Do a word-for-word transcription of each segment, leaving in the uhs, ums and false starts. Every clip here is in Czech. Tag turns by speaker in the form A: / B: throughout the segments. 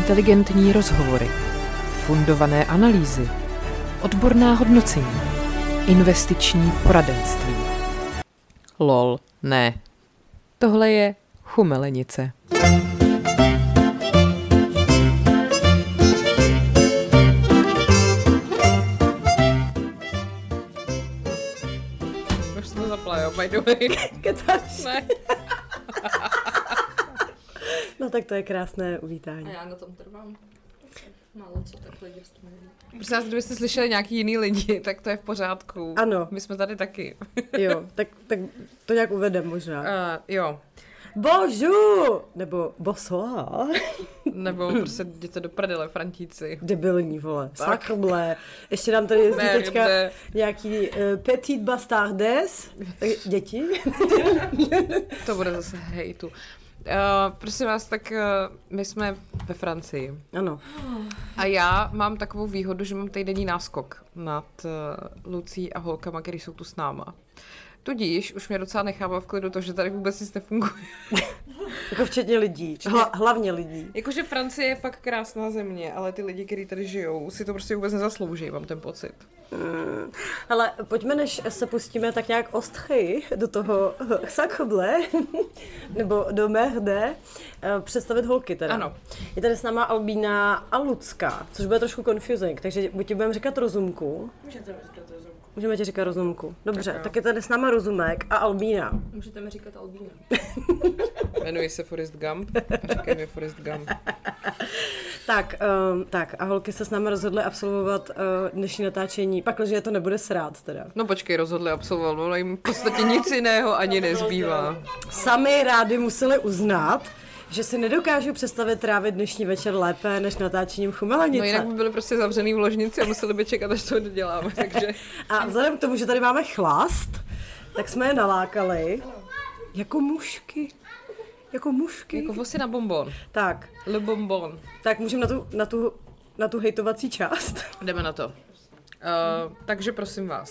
A: inteligentní rozhovory, fundované analýzy, odborná hodnocení, investiční poradenství. Lol, ne. Tohle je chumelenice.
B: Už jsem to zapla, jo, by the way.
C: Kecáš?
B: Ne.
C: No tak to je krásné uvítání.
B: A já na tom trvám. Málo co tak lidi s tom neví. Prostě vás, kdybyste slyšeli nějaký jiný lidi, tak to je v pořádku.
C: Ano.
B: My jsme tady taky.
C: Jo, tak, tak to nějak uvedem možná.
B: Uh, jo.
C: Bonjour! Nebo bonsoir.
B: Nebo prostě jděte do prdele, Frantíci.
C: Debilní, vole. Sakrble. Ještě nám tady jezdí
B: Ne,
C: teďka
B: ne.
C: nějaký uh, petit bastardes. Děti.
B: To bude zase hejtu. Uh, prosím vás, tak uh, my jsme ve Francii.
C: Ano.
B: A já mám takovou výhodu, že mám týdenní náskok nad uh, Lucí a holkama, který jsou tu s náma. Tudíž už mě docela nechává v klidu to, že tady vůbec nic nefunguje.
C: Jako včetně lidí.
B: Včetně...
C: Hla, hlavně lidí.
B: Jakože Francie je fakt krásná země, ale ty lidi, kteří tady žijou, si to prostě vůbec nezaslouží, mám ten pocit.
C: Hmm. Ale pojďme, než se pustíme tak nějak ostchy do toho sakoble, nebo do merde, představit holky teda.
B: Ano.
C: Je tady s náma Albína a Lucka, což bude trošku confusing, takže buď ti budeme říkat Rozumku.
B: Můžete mi říkat Rozumku.
C: Můžeme ti říkat Rozumku. Dobře, tak,
B: tak,
C: tak je tady s náma Rozumek a Albína.
B: Můžete mi říkat Albína. Jmenuji se Forrest Gump a říkají mi Forrest Gump.
C: Tak, um, tak a holky se s námi rozhodly absolvovat uh, dnešní natáčení, pakliže to nebude srát teda.
B: No počkej, rozhodli absolvovat, no jim v podstatě nic jiného ani nezbývá.
C: Sami rádi museli uznat, že si nedokážu představit trávit dnešní večer lépe než natáčením Chumelenice.
B: No jinak by byli prostě zavřený v ložnici a museli by čekat, až to doděláme, takže...
C: A vzhledem k tomu, že tady máme chlast, tak jsme je nalákali jako mušky. Jako mušky.
B: Jako vosy na bonbon.
C: Tak.
B: Le bonbon.
C: Tak můžeme na tu, na tu, na tu hejtovací část.
B: Jdeme na to. Uh, takže prosím vás.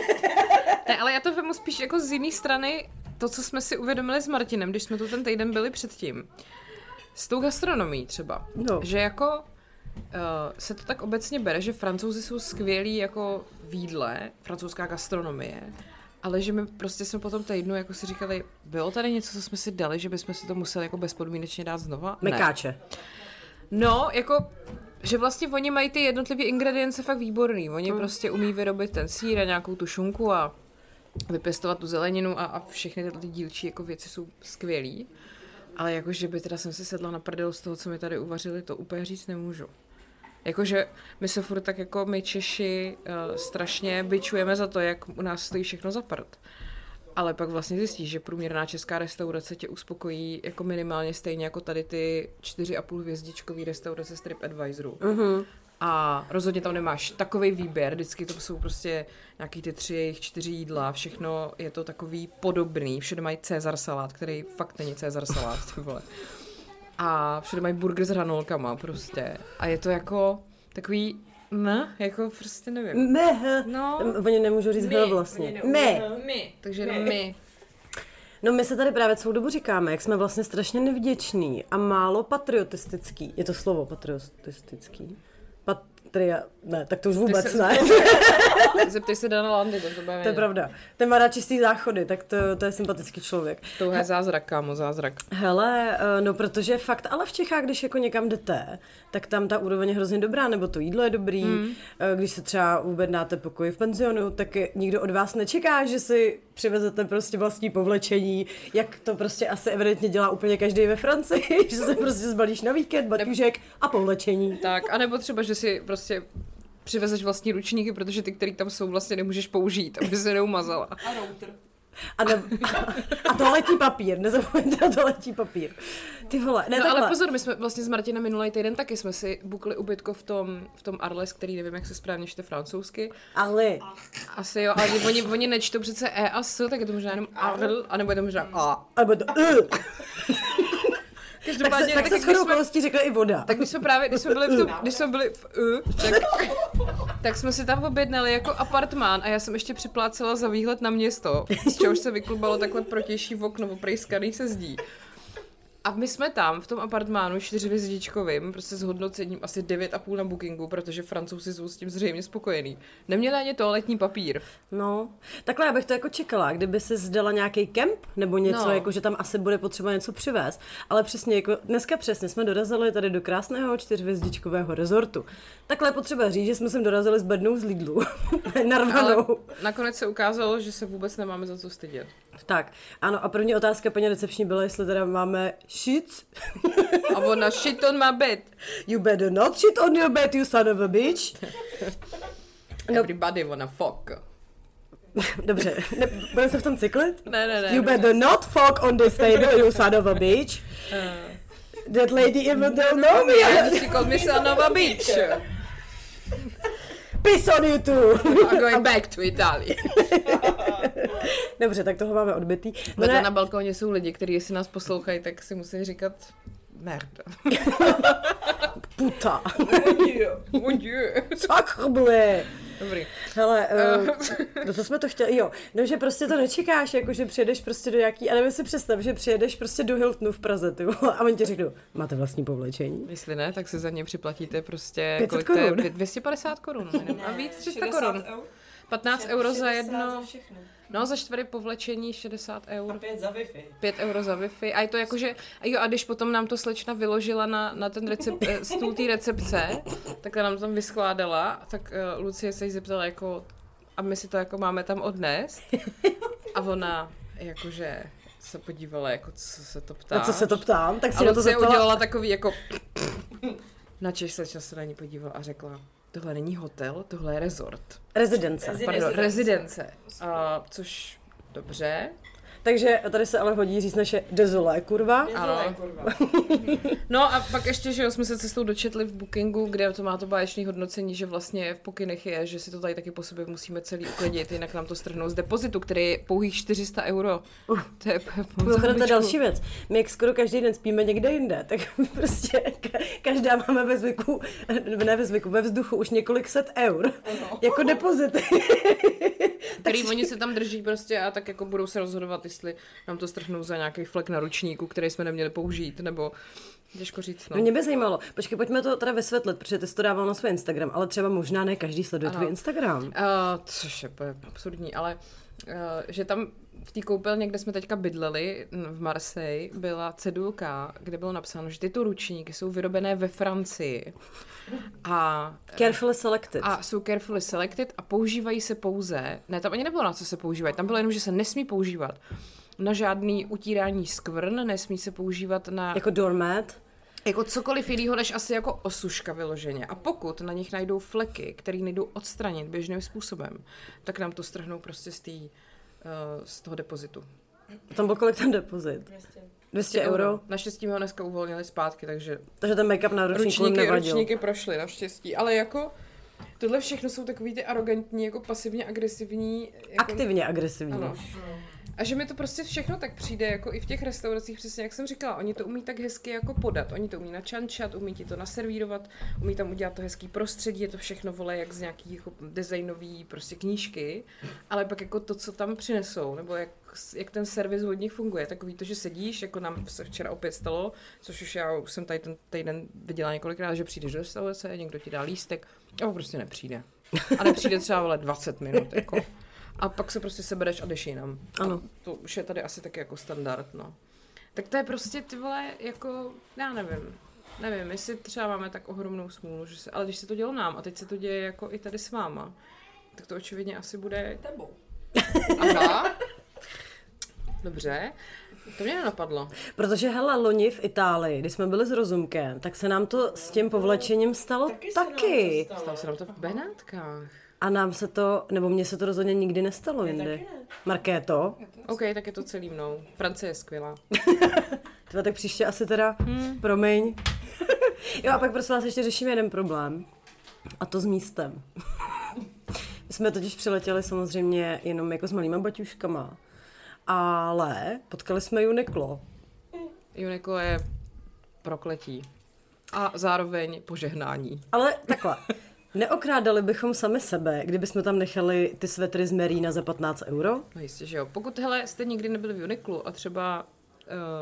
B: Ne, ale já to vemu spíš jako z jiné strany, to, co jsme si uvědomili s Martinem, když jsme tu ten týden byli předtím. S tou gastronomií třeba.
C: No.
B: Že jako uh, se to tak obecně bere, že Francouzi jsou skvělí jako v jídle, francouzská gastronomie, ale že my prostě jsme po tom týdnu jako si říkali, bylo tady něco, co jsme si dali, že bychom si to museli jako bezpodmínečně dát znova?
C: Mekáče.
B: Ne. No, jako, že vlastně oni mají ty jednotlivé ingredience fakt výborný. Oni mm. prostě umí vyrobit ten sýr a nějakou tu šunku a vypěstovat tu zeleninu a, a všechny ty dílčí jako věci jsou skvělý. Ale jako, že by teda jsem si sedla na prdel z toho, co mi tady uvařili, to úplně říct nemůžu. Jakože my se furt tak jako my Češi uh, strašně bičujeme za to, jak u nás stojí všechno za prd. Ale pak vlastně zjistíš, že průměrná česká restaurace tě uspokojí jako minimálně stejně jako tady ty čtyři a půl hvězdičkový restaurace z TripAdvisoru. Mm-hmm. A rozhodně tam nemáš takovej výběr, vždycky to jsou prostě nějaký ty tři, jejich čtyři jídla, všechno je to takový podobný, všude mají Cezar salát, který fakt není Cezar salát, ty vole. A všude mají burger s hranolkama prostě. A je to jako takový, ne, jako prostě nevím.
C: Ne,
B: no,
C: oni nemůžou říct hel vlastně. My.
B: My. Takže jenom my.
C: No my se tady právě celou dobu říkáme, jak jsme vlastně strašně nevděční a málo patriotistický. Je to slovo patriotistický? Patria... Ne, tak to už vůbec
B: se,
C: ne.
B: Zeptej se Dana Landy, to to bude.
C: To je pravda. Ten má rád čistý záchody, tak to, to je sympatický člověk.
B: To je zázrak, kámo, zázrak.
C: Hele, no protože fakt, ale v Čechách, když jako někam jdete, tak tam ta úroveň je hrozně dobrá, nebo to jídlo je dobrý. Mm. Když se třeba objednáte pokoj v penzionu, tak nikdo od vás nečeká, že si přivezete prostě vlastní povlečení, jak to prostě asi evidentně dělá úplně každý ve Francii, že se prostě zbalíš na víkend, baťužek a povlečení.
B: Tak, anebo třeba, že si prostě přivezeš vlastní ručníky, protože ty, který tam jsou, vlastně nemůžeš použít, aby se neumazala. A router.
C: A, ne, a, a toaletní papír, nezapomeňte na toaletní papír. Ty vole, ne
B: no
C: takhle.
B: ale pozor, my jsme vlastně s Martinem minulý týden taky jsme si bukli ubytko v tom, v tom Arles, který nevím, jak se správně čte francouzsky.
C: Ale.
B: Asi jo, ale oni, oni nečtou přece E a S, tak je to možná jenom Arl, anebo je to možná A.
C: Alebo to uh.
B: Tak se,
C: tak se shodou okolností řekla i voda.
B: Tak my jsme právě, když jsme byli v, tom, když jsme byli v U, tak, tak jsme si tam objednali jako apartmán a já jsem ještě připlácela za výhled na město, z čehož se vyklubalo takhle protější v okno oprejskaný se zdí. A my jsme tam v tom apartmánu čtyřhvězdičkovým, prostě s hodnocením asi devět a půl na Bookingu, protože Francouzi jsou s tím zřejmě spokojení. Neměli ani toaletní papír.
C: No, takhle já bych to jako čekala, kdyby si zdala nějaký kemp nebo něco,
B: No.
C: jako že tam asi bude potřeba něco přivést. Ale přesně, jako dneska přesně jsme dorazili tady do krásného čtyřhvězdičkového rezortu. Takhle je potřeba říct, že jsme sem dorazili s bednou z Lidlu. Narvanou.
B: Ale nakonec se ukázalo, že se vůbec nemáme za co stydět.
C: Tak, ano, a první otázka paní recepční byla, jestli teda máme shit.
B: A ona shit on my bed.
C: You better not shit on your bed, you son of a bitch. No.
B: Everybody wanna fuck.
C: Dobře, ne, budeme se v tom cyklit?
B: Ne, ne, ne.
C: You better not fuck on this table, you son of a bitch.
B: Uh,
C: That lady even don't know me.
B: she called me son of a bitch.
C: Piss on you too.
B: I'm going back to Italy.
C: Dobře, tak toho máme odbytý. No
B: Vedle
C: ne,
B: na balkóně jsou lidi, kteří jestli nás poslouchají, tak si musí říkat merda.
C: puta.
B: Mon Dieu, mon Dieu.
C: Sakhle.
B: Dobrý.
C: Hele, uh, no to jsme to chtěli, jo, no že prostě to nečekáš, jako že přijedeš prostě do jaký, a nevím si představ, že přijedeš prostě do Hiltonu v Praze, ty vole, a oni ti řeknou, máte vlastní povlečení?
B: Jestli ne, tak se za ně připlatíte prostě
C: pět set
B: kolik to je?
C: korun.
B: dvě stě padesát korun. Ne, a víc tři sta korun.
D: eur.
B: patnáct euro za jedno.
D: všechno.
B: No, za čtvary povlečení šedesát
D: A
B: eur.
D: pět za Wi-Fi.
B: pět euro za Wi-Fi. A je to jako, že... A jo, a když potom nám to slečna vyložila na, na ten recep, eh, stůl té recepce, tak nám to tam vyskládala, tak uh, Lucie se jí zeptala jako, a my si to jako máme tam odnést. A ona jakože se podívala, jako co se to ptá.
C: Na co se to ptám, tak si
B: A
C: na to
B: Lucie
C: zeptala.
B: udělala takový jako... Načež slečna se na ní podívala a řekla, tohle není hotel, tohle je resort.
C: Rezidence.
D: Rezi-
B: Pardon,
D: Rezidence.
B: rezidence. A, což dobře.
C: Takže tady se ale hodí říct naše dezolé, kurva.
B: Ano. No a pak ještě, že jo, jsme se cestou dočetli v Bookingu, kde to má to báječné hodnocení, že vlastně v pokynech je, že si to tady taky po sobě musíme celý uklidit, jinak nám to strhnou z depozitu, který je pouhých čtyři sta euro. Uh, to je
C: Mimochodem, to je další věc. My jak skoro každý den spíme někde jinde, tak prostě ka- každá máme ve zvyku, ne ve zvyku, ve vzduchu už několik set eur.
B: Ano.
C: Jako depozity.
B: Který oni se tam drží prostě a tak jako budou se rozhodovat, jestli nám to strhnou za nějaký flek na ručníku, který jsme neměli použít, nebo těžko říct, no.
C: No mě by zajímalo, počkej, pojďme to teda vysvětlit, protože ty jsi to dával na svůj Instagram, ale třeba možná ne každý sleduje
B: Ano.
C: tvůj Instagram.
B: Uh, což je úplně absurdní, ale uh, že tam v té koupelně, kde jsme teďka bydleli v Marseille, byla cedulka, kde bylo napsáno, že tyto ručníky jsou vyrobené ve Francii a,
C: Carefully selected.
B: a jsou carefully selected a používají se pouze, ne, tam ani nebylo na co se používají, tam bylo jenom, že se nesmí používat na žádný utírání skvrn, nesmí se používat na...
C: Jako doormat.
B: Jako cokoliv jiného, než asi jako osuška vyloženě. A pokud na nich najdou fleky, které nejdou odstranit běžným způsobem, tak nám to strhnou prostě z, tý, uh, z toho depozitu.
C: Tam byl kolik ten depozit? dvě stě euro.
B: Naštěstí mi ho dneska uvolnili zpátky, takže
C: Takže ten make-up na ručníku jim
B: ručníky,
C: nevadil.
B: ručníky prošly, naštěstí. Ale jako tohle všechno jsou takový ty arrogantní, jako pasivně agresivní. Jako,
C: Aktivně agresivní.
B: Ano. A že mi to prostě všechno tak přijde, jako i v těch restauracích, přesně jak jsem říkala, oni to umí tak hezky jako podat, oni to umí načančat, umí ti to naservírovat, umí tam udělat to hezký prostředí, je to všechno, vole, jak z nějaký jako designový prostě knížky, ale pak jako to, co tam přinesou, nebo jak, jak ten servis od nich funguje, takový to, že sedíš, jako nám se včera opět stalo, což už já už jsem tady ten týden viděla několikrát, že přijdeš do restaurace, někdo ti dá lístek, a on prostě nepřijde. A nepřijde třeba, vole, dvacet minut, jako. A pak se prostě sebereš a jdeš jinam.
C: Ano.
B: A to už je tady asi taky jako standard, no. Tak to je prostě, ty vole, jako, já nevím. Nevím, jestli třeba máme tak ohromnou smůlu, že se, ale když se to dělo nám a teď se to děje jako i tady s váma, tak to očividně asi bude...
D: Tebou.
B: Aha. Dobře. To mě nenapadlo.
C: Protože hele, loni v Itálii, když jsme byli s Rozumkem, tak se nám to s tím povlečením stalo
D: Taky
C: taky.
D: se nám to stalo.
B: Stalo se nám to v Benátkách.
C: A nám se to, nebo mně se to rozhodně nikdy nestalo jindy.
D: taky ne.
C: Markéto,
B: OK, tak je to celý mnou. Francie je skvělá.
C: tva tak příště asi teda, hmm. promiň. Jo a pak prosím vás ještě řešíme jeden problém. A to s místem. My jsme totiž přiletěli samozřejmě jenom jako s malýma baťuškama. Ale potkali jsme Uniqlo.
B: Uniqlo je prokletí. A zároveň požehnání.
C: Ale takhle. Neokrádali bychom sami sebe, kdybychom tam nechali ty svetry z Merina za patnáct euro?
B: No jistě, že jo. Pokud, hele, jste nikdy nebyli v Uniqlu a třeba uh,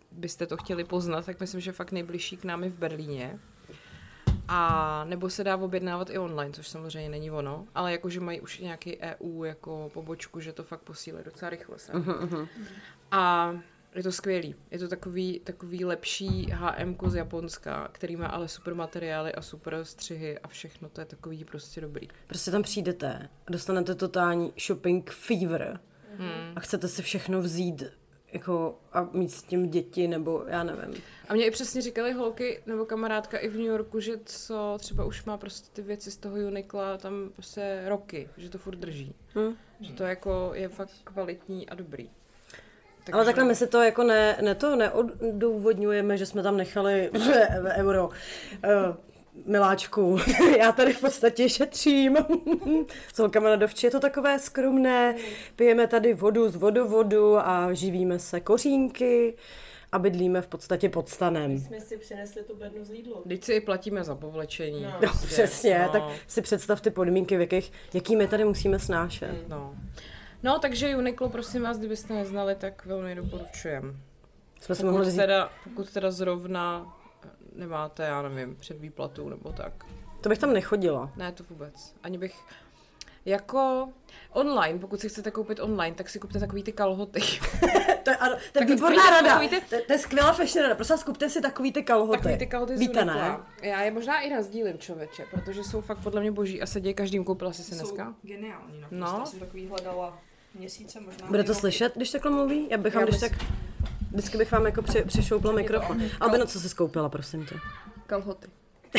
B: byste to chtěli poznat, tak myslím, že fakt nejbližší k nám je v Berlíně. A nebo se dá objednávat i online, což samozřejmě není ono, ale jakože mají už nějaký E U jako pobočku, že to fakt posílají docela rychle. Uh-huh, uh-huh. A je to skvělý. Je to takový, takový lepší H M ko z Japonska, který má ale super materiály a super střihy a všechno, to je takový prostě dobrý.
C: Prostě tam přijdete, dostanete totální shopping fever
B: hmm.
C: a chcete si všechno vzít jako a mít s tím děti, nebo já nevím.
B: A mě i přesně říkali holky nebo kamarádka i v New Yorku, že co třeba už má prostě ty věci z toho Uniqla tam prostě roky, že to furt drží. Hmm. Že to jako je fakt kvalitní a dobrý. Takže...
C: Ale takhle my si to jako ne, ne to neodůvodňujeme, že jsme tam nechali euro. Uh, miláčku, já tady v podstatě šetřím. S holkama na dovči je to takové skromné. Pijeme tady vodu z vodovodu a živíme se kořínky a bydlíme v podstatě pod stanem.
D: My jsme si přinesli tu bednu z Lidlu.
B: Vždyť si platíme za povlečení.
C: No,
B: prostě.
C: no přesně,
B: no.
C: Tak si představ ty podmínky, v jakých, jaký my tady musíme snášet.
B: No. No, takže Uniqlo, prosím vás, kdybyste neznali, tak velmi doporučujem.
C: Jsme si
B: pokud,
C: mohli
B: teda, pokud teda zrovna nemáte, já nevím, před výplatou nebo tak.
C: To bych tam nechodila.
B: Ne, to vůbec. Ani bych... Jako online, pokud si chcete koupit online, tak si kupte takový ty kalhoty.
C: To je, ano, to je
B: Tak
C: výborná rada.
B: Ty...
C: To, to je skvělá fashion rada. Prosím vás, kupte si takový ty kalhoty.
B: Takový ty kalhoty z
C: Víte,
B: Uniqla. Já je možná i nasdílím, člověče, protože jsou fakt podle mě boží a se děje každým, koupila jsi si dneska?
D: Jsou geniální,
B: no.
D: Já jsem takový hledala měsíce možná.
C: Bude to slyšet, když takhle mluví? Já bych vám, když tak... Vždycky bych vám jako při, přišoupla mikrofon. Ale no, co jsi skoupila, prosím tě?
B: Kalhoty.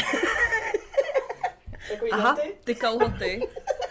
D: Takový
C: Aha.
D: ty?
B: Ty kalhoty.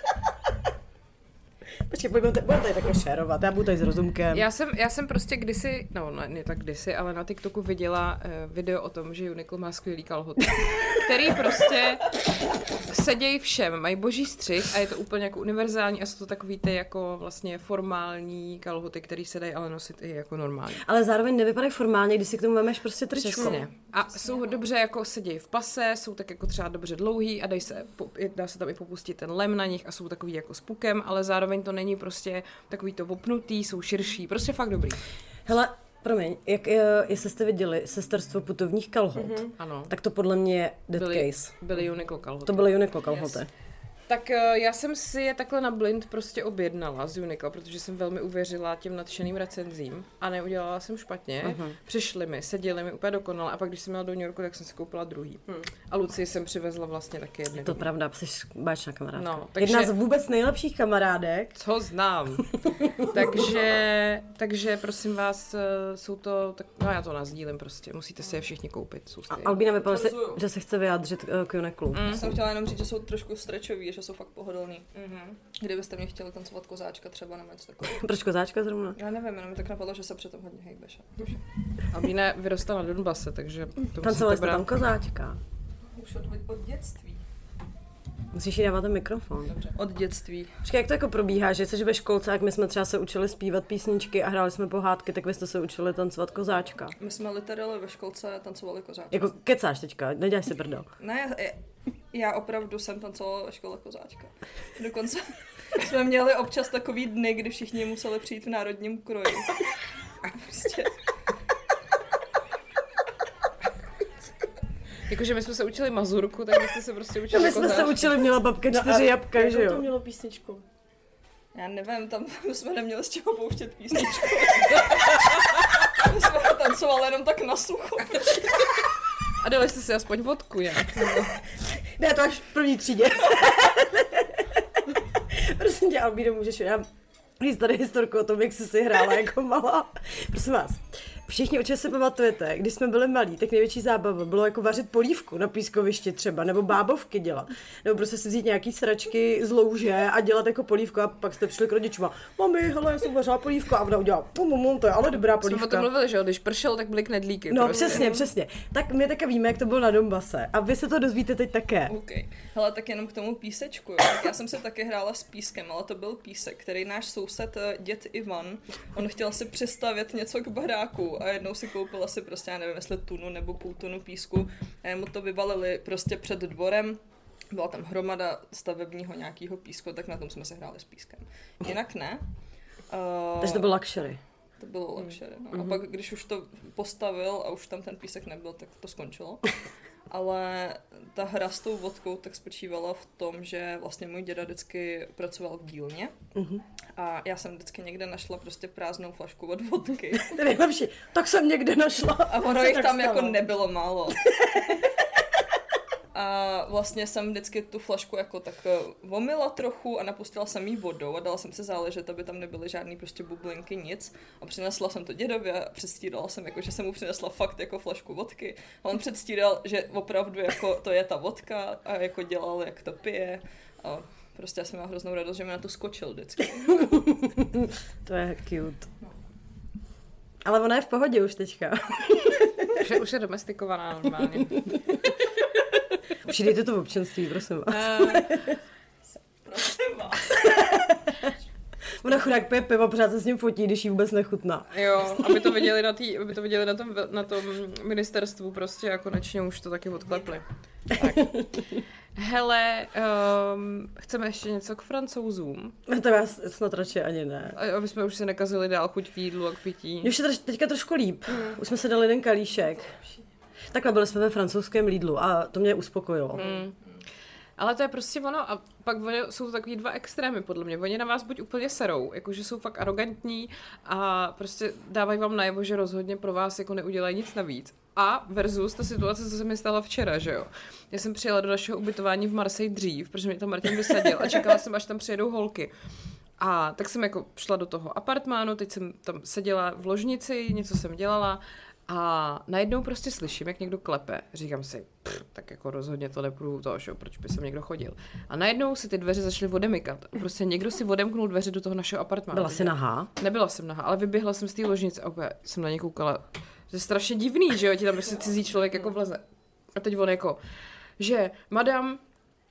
C: Počkej, budeme tady, budeme tady takhle šerovat, já budu tady s rozumkem.
B: Já jsem, já jsem prostě kdysi, no ne, ne tak kdysi, ale na TikToku viděla uh, video o tom, že Uniqlo má skvělý kalhoty, který prostě sedějí všem, mají boží střih a je to úplně jako univerzální a jsou to takový ty jako vlastně formální kalhoty, který se dají ale nosit i jako normálně.
C: Ale zároveň nevypadají formálně, když si k tomu vemeš prostě tričko.
B: Přesně. A Přesně. jsou dobře jako sedějí v pase, jsou tak jako třeba dobře dlouhý a dají se, dá se tam i popustit ten lem na nich a jsou takový jako s pukem, ale zároveň to není prostě takový to opnutý, jsou širší, prostě fakt dobrý.
C: Hele, promiň, jak, jestli jste viděli sesterstvo putovních kalhot, mm-hmm.
B: Ano.
C: Tak to podle mě je dead
B: byly,
C: case.
B: Byly Uniqlo kalhoty.
C: To byly Uniqlo kalhoty. Yes.
B: Tak já jsem si je takhle na blind prostě objednala z Uniqlo, protože jsem velmi uvěřila těm nadšeným recenzím a neudělala jsem špatně. Uh-huh. Přišli mi, seděli mi úplně dokonale a pak když jsem měla do New Yorku, tak jsem si koupila druhý. Hmm. A Lucii jsem přivezla vlastně taky jedny.
C: To pravda, jsi báčná kamarádka.
B: No, takže...
C: Jedna z vůbec nejlepších kamarádek.
B: Co znám. takže, takže prosím vás, jsou to, tak, no já to nasdílím prostě, musíte si je všichni koupit. Jsou
C: a Albína vypadá, že, že se chce vyjádřit k Uniqlu.
D: Mm. Já jsem chtěla jenom říct, že jsou trošku stretchový, že jsou fakt pohodlný. Mm-hmm. Kdybyste mě chtěli tancovat kozáčka třeba nebo něco takového.
C: Proč kozáčka zrovna?
D: Já nevím, jenom mi tak napadlo, že se přitom hodně hejbeš.
B: Albína vyrostla na Donbase, takže...
C: Tancovali jste tam kozáčka?
D: Už od, od dětství.
C: Musíš jí dávat ten mikrofon.
D: Dobře. Od dětství.
C: Počkej, jak to jako probíhá, že jsi ve školce, jak my jsme třeba se učili zpívat písničky a hráli jsme pohádky, tak vy jste se učili tancovat kozáčka.
D: My jsme literally ve školce tancovali kozáčka.
C: Jako kecáš teďka, neděláš si prdel.
D: Ne, já opravdu jsem tancovala ve škole kozáčka. Dokonce jsme měli občas takový dny, kdy všichni museli přijít v národním kroji. A prostě...
B: Jakože my jsme se učili mazurku, tak my jste se prostě učili
C: My jsme
B: kozáčky.
C: se učili, měla babka čtyři no jabka, že jo?
D: to mělo písničku? Já nevím, tam jsme neměli z čeho pouštět písničku. My jsme tancovali jenom tak na sucho.
B: A dali jste si aspoň vodku, jak?
C: Ne, to až v první třídě. Prosím tě, Albíno, můžeš já říct tady historku o tom, jak jsi si hrála jako malá. Prosím vás. Všichni určitě si pamatujete, když jsme byli malí, tak největší zábava bylo jako vařit polívku na pískovišti třeba, nebo bábovky dělat. Nebo prostě si vzít nějaký sračky z louže a dělat jako polívku a pak jste přišli k rodičům a mami, hele, já jsem vařila polívku a ona udělala, pum, pum, to je ale dobrá polívka.
B: Jsme o tom mluvili, že jo, když pršel, tak byly knedlíky.
C: No
B: prostě.
C: přesně, přesně. Tak my také víme, jak to bylo na Donbase a vy se to dozvíte teď také.
D: OK. Hele, tak jenom k tomu písečku, jo. Tak já jsem se taky hrála s pískem, ale to byl písek, který náš soused děd Ivan, on chtěl si přistavět něco k baráku a jednou si koupil asi prostě, já nevím, jestli tunu nebo půl tunu písku a mu to vyvalili prostě před dvorem. Byla tam hromada stavebního nějakého písku, tak na tom jsme se hráli s pískem. Jinak ne. Uh,
C: Takže to byl luxury.
D: To bylo luxury. No. A pak, když už to postavil a už tam ten písek nebyl, tak to skončilo. Ale ta hra s tou vodkou tak spočívala v tom, že vlastně můj děda vždycky pracoval v dílně uh-huh. a já jsem vždycky někde našla prostě prázdnou flašku od vodky.
C: To je nejlepší. Tak jsem někde našla.
D: A ono jich tam stalo. Jako nebylo málo. A vlastně jsem vždycky tu flašku jako tak vomila trochu a napustila jsem jí vodou a dala jsem se záležet, aby tam nebyly žádný prostě bublinky, nic. A přinesla jsem to dědovi a předstírala jsem, jako, že jsem mu přinesla fakt jako flašku vodky. A on předstíral, že opravdu jako to je ta vodka a jako dělal, jak to pije. A prostě já jsem měla hroznou radost, že mi na to skočil vždycky.
C: To je cute. Ale ona je v pohodě už teďka.
B: Už je, už je domestikovaná normálně.
C: Přidejte to v občanství, prosím vás. Uh,
D: prosím vás.
C: Ona chudák pije pivo, pořád se s ním fotí, když jí vůbec nechutná.
B: Jo, aby to viděli na, tý, aby to viděli na tom, na tom ministerstvu prostě a konečně už to taky odklepli. Tak. Hele, um, chceme ještě něco k Francouzům?
C: No to vás snad radši ani ne.
B: Aby jsme už se nekazili dál chuť k jídlu a k pití.
C: Už je to teďka trošku líp. Mm. Už jsme se dali jeden kalíšek. Takhle byli jsme ve francouzském Lidlu a to mě uspokojilo. Mm.
B: Ale to je prostě ono a pak oni, jsou takový dva extrémy podle mě. Oni na vás buď úplně serou, jakože jsou fakt arrogantní a prostě dávají vám najevo, že rozhodně pro vás jako neudělají nic navíc. A versus ta situace, co se mi stala včera, že jo. Já jsem přijela do našeho ubytování v Marseille dřív, protože mě tam Martin vysadil a čekala jsem, až tam přijedou holky. A tak jsem jako šla do toho apartmánu, teď jsem tam seděla v ložnici, něco jsem dělala a najednou prostě slyším, jak někdo klepe. Říkám si, pff, tak jako rozhodně to nepůjdu toho, že? Proč by sem někdo chodil. A najednou se ty dveře začaly odemykat. Prostě někdo si odemknul dveře do toho našeho apartmánu.
C: Byla jsi nahá?
B: Nebyla jsem nahá, ale vyběhla jsem z té ložnice a opět jsem na ně koukala. To je strašně divný, že jo, ti tam prostě cizí člověk jako vleze. A teď on jako, že madam,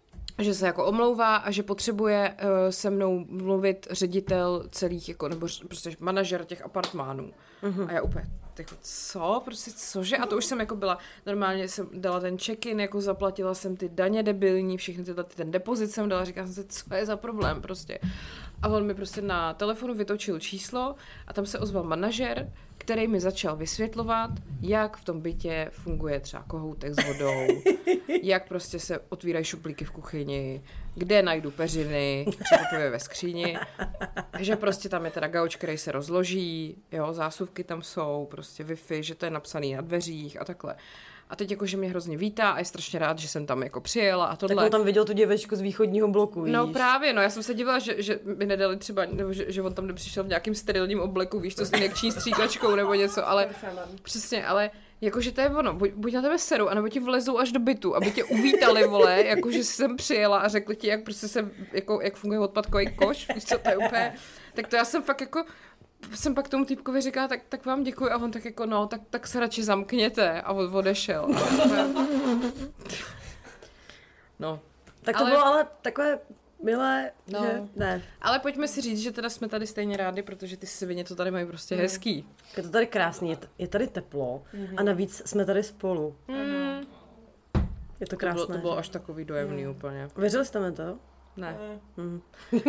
B: že se jako omlouvá a že potřebuje uh, se mnou mluvit ředitel celých, jako, nebo prostě manažer těch apartmánů. Uh-huh. A já úplně, jako, co? Prostě cože? A to už jsem jako byla, normálně jsem dala ten check-in, jako zaplatila jsem ty daně debilní, všechny tyhle, ten depozit jsem dala, říkala jsem si, co je za problém prostě. A on mi prostě na telefonu vytočil číslo a tam se ozval manažer, který mi začal vysvětlovat, jak v tom bytě funguje třeba kohoutek s vodou, jak prostě se otvírají šuplíky v kuchyni, kde najdu peřiny, překvapivě ve skříni, že prostě tam je teda gauč, který se rozloží, jo, zásuvky tam jsou, prostě Wi-Fi, že to je napsaný na dveřích a takhle. A teď jako, že mě hrozně vítá a je strašně rád, že jsem tam jako přijela a tohle.
C: Tak on tam viděl tu děvečku z východního bloku, víš?
B: No právě, no já jsem se divila, že, že mi nedali třeba, nebo že, že on tam nepřišel v nějakým sterilním obleku, víš, to s injekční stříkačkou nebo něco, ale přesně, ale jakože to je ono, buď, buď na tebe serou, anebo ti vlezou až do bytu, aby tě uvítali, vole, jakože jsem přijela a řekli ti, jak prostě se, jako, jak funguje odpadkový koš, víš co, to je úplně, tak to já jsem fakt jako, jsem pak tomu týpkovi říkala, tak, tak vám děkuji a on tak jako, no, tak, tak se radši zamkněte a od, odešel. No.
C: Tak to ale... bylo ale takové milé,
B: no.
C: Že ne.
B: Ale pojďme si říct, že teda jsme tady stejně rádi, protože ty svině to tady mají prostě mm. hezký.
C: Je to tady krásný, je, t- je tady teplo mm-hmm. a navíc jsme tady spolu. Mm. Je to krásné.
B: To bylo, to bylo až takový dojemný mm. úplně.
C: Věřili jste mi to?
B: Ne.
C: Mm.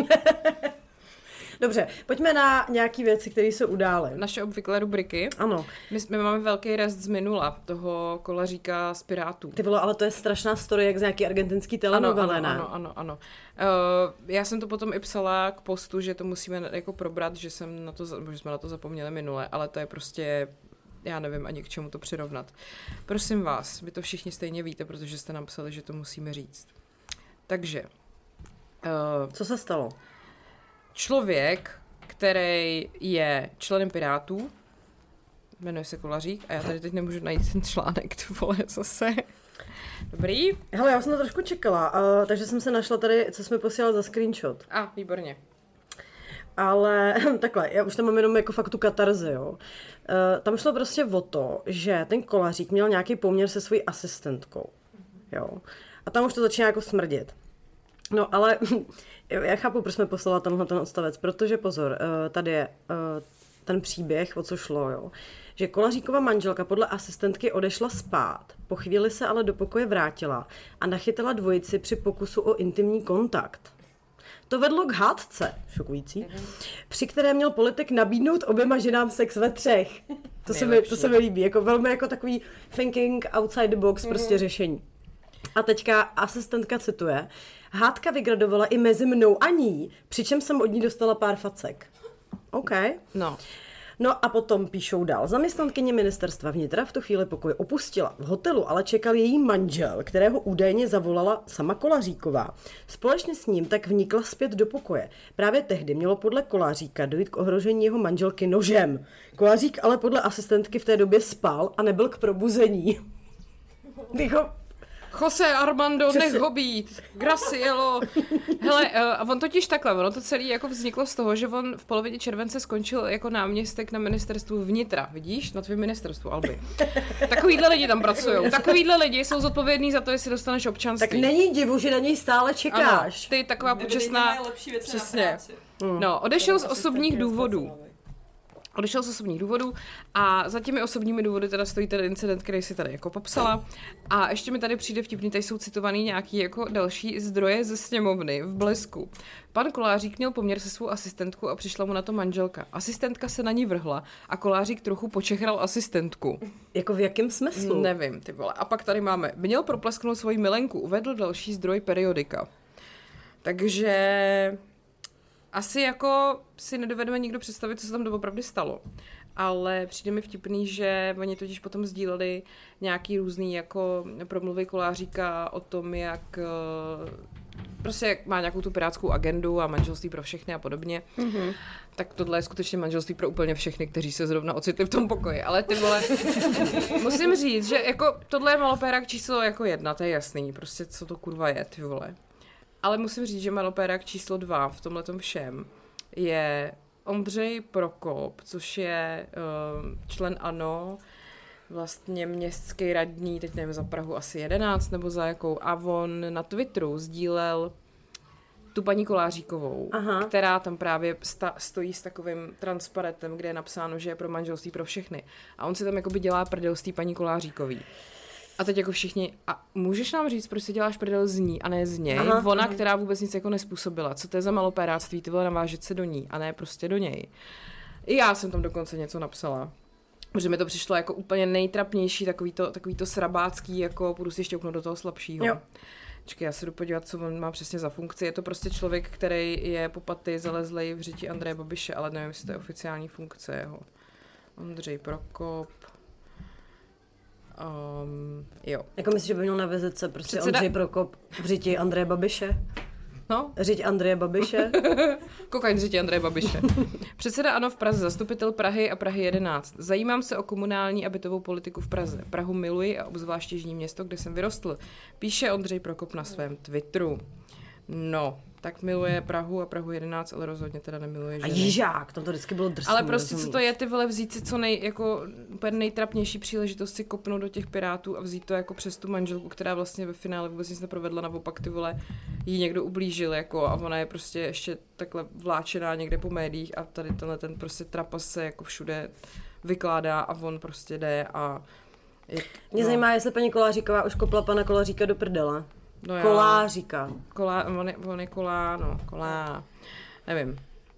C: Dobře, pojďme na nějaké věci, které se udály.
B: Naše obvyklé rubriky.
C: Ano.
B: My, my máme velký rest z minula, toho kolaříka z Pirátů.
C: Ty vole, ale to je strašná story, jak z nějaký argentinský telenovely,
B: ano,
C: ne?
B: Ano, ano, ano. Uh, já jsem to potom i psala k postu, že to musíme jako probrat, že, jsem na to, že jsme na to zapomněli minule, ale to je prostě, já nevím ani k čemu to přirovnat. Prosím vás, vy to všichni stejně víte, protože jste nám psali, že to musíme říct. Takže. Uh,
C: Co se stalo?
B: Člověk, který je členem Pirátů, jmenuje se Kolařík a já tady teď nemůžu najít ten článek, to vole zase. Dobrý.
C: Hele, já jsem to trošku čekala, uh, takže jsem se našla tady, co jsme posílali za screenshot.
B: A, ah, výborně.
C: Ale takhle, já už tam mám jenom jako fakt tu katarzi, jo. Uh, tam šlo prostě o to, že ten Kolařík měl nějaký poměr se svojí asistentkou, jo. A tam už to začíná jako smrdět. No ale já chápu, proč jsme poslala tenhle ten odstavec, protože pozor, tady je ten příběh, o co šlo, jo. Že Kolaříkova manželka podle asistentky odešla spát, po chvíli se ale do pokoje vrátila a nachytala dvojici při pokusu o intimní kontakt. To vedlo k hádce, šokující, při které měl politik nabídnout oběma ženám sex ve třech. To se, mi, to se mi líbí, jako velmi jako takový thinking outside the box mm. prostě řešení. A teďka asistentka cituje, hádka vygradovala i mezi mnou a ní, přičem jsem od ní dostala pár facek. OK.
B: No.
C: No a potom píšou dál. Zaměstnankyně ministerstva vnitra v tu chvíli pokoj opustila. V hotelu ale čekal její manžel, kterého údajně zavolala sama Koláříková. Společně s ním tak vnikla zpět do pokoje. Právě tehdy mělo podle Koláříka dojít k ohrožení jeho manželky nožem. Kolářík ale podle asistentky v té době spal a nebyl k probuzení. Tycho...
B: Jose Armando,
C: Přesně.
B: nech ho být, Gracielo. Hele, a on totiž takhle, ono to celé jako vzniklo z toho, že on v polovině července skončil jako náměstek na ministerstvu vnitra, vidíš, na tvém ministerstvu, Alby. Takovýhle lidi tam pracujou, takovýhle lidi jsou zodpovědní za to, jestli dostaneš občanství.
C: Tak není divu, že na něj stále čekáš.
B: Ano, ty taková počestná, přesně. No, odešel z osobních důvodů. Odešel z osobních důvodů a za těmi osobními důvody teda stojí ten incident, který si tady jako popsala. A ještě mi tady přijde vtipný, tady jsou citovaný nějaký jako další zdroje ze sněmovny v Blesku. Pan Kolářík měl poměr se svou asistentkou a přišla mu na to manželka. Asistentka se na ní vrhla a Kolářík trochu počechral asistentku.
C: Jako v jakém smyslu?
B: Nevím, ty vole. A pak tady máme, měl proplesknout svoji milenku, uvedl další zdroj periodika. Takže... Asi jako si nedovedeme nikdo představit, co se tam doopravdy stalo. Ale přijde mi vtipný, že oni totiž potom sdíleli nějaký různý jako promluvy Koláříka o tom, jak prostě jak má nějakou tu pirátskou agendu a manželství pro všechny a podobně. Mm-hmm. Tak tohle je skutečně manželství pro úplně všechny, kteří se zrovna ocitli v tom pokoji. Ale ty vole, musím říct, že jako tohle je malopérák číslo jako jedna, to je jasný. Prostě co to kurva je, ty vole. Ale musím říct, že malopérák číslo dva v tomhletom všem je Ondřej Prokop, což je uh, člen ANO, vlastně městský radní, teď nevím, za Prahu asi jedenáct nebo za jakou, a on na Twitteru sdílel tu paní Koláříkovou, Aha. která tam právě sta- stojí s takovým transparentem, kde je napsáno, že je pro manželství pro všechny. A on si tam jakoby dělá prdel z té paní Koláříkový. A teď jako všichni, a můžeš nám říct, proč si děláš prdel z ní a ne z něj? Aha, Ona, aha. která vůbec nic jako nespůsobila. Co to je za malopéráctví, ty vole, navážet se do ní a ne prostě do něj. I já jsem tam dokonce něco napsala. Protože mi to přišlo jako úplně nejtrapnější, takový to, takový to srabácký, jako půjdu si šťouknout do toho slabšího. Jo. Čekaj, já se jdu podívat, co on má přesně za funkci. Je to prostě člověk, který je po paty zalezlej v řiti Andreje Babiše, ale nevím, jestli to je oficiální funkce jeho. Ondřej Prokop. Um, jo.
C: Jako myslíš, že by měl na vizitce prostě Předseda... Ondřej Prokop v řiti Andreje Babiše?
B: No?
C: Řiď Andreje Babiše?
B: Kokain v řiti Andreje Babiše. Předseda ANO v Praze, zastupitel Prahy a Prahy jedenáct. Zajímám se o komunální a bytovou politiku v Praze. Prahu miluji a obzvláště jižní město, kde jsem vyrostl. Píše Ondřej Prokop na svém Twitteru. No, tak miluje Prahu a Prahu jedenáct, ale rozhodně teda nemiluje ženy.
C: A Jižák, tam to vždycky bylo drsný.
B: Ale prostě rozumíš. Co to je, ty vole, vzít si co nej, jako úplně nejtrapnější příležitost si kopnout do těch Pirátů a vzít to jako přes tu manželku, která vlastně ve finále vůbec nic neprovedla, naopak ty vole jí někdo ublížil, jako, a ona je prostě ještě takhle vláčená někde po médiích a tady tenhle ten prostě trapas se jako všude vykládá a on prostě jde a... Jak,
C: Mě
B: no.
C: zajímá, jestli paní Koláříková už kopla pana Koláříka do prdele.
B: No
C: Koláříka.
B: Kolá, on je, on je kolá, no, kolá, nevím.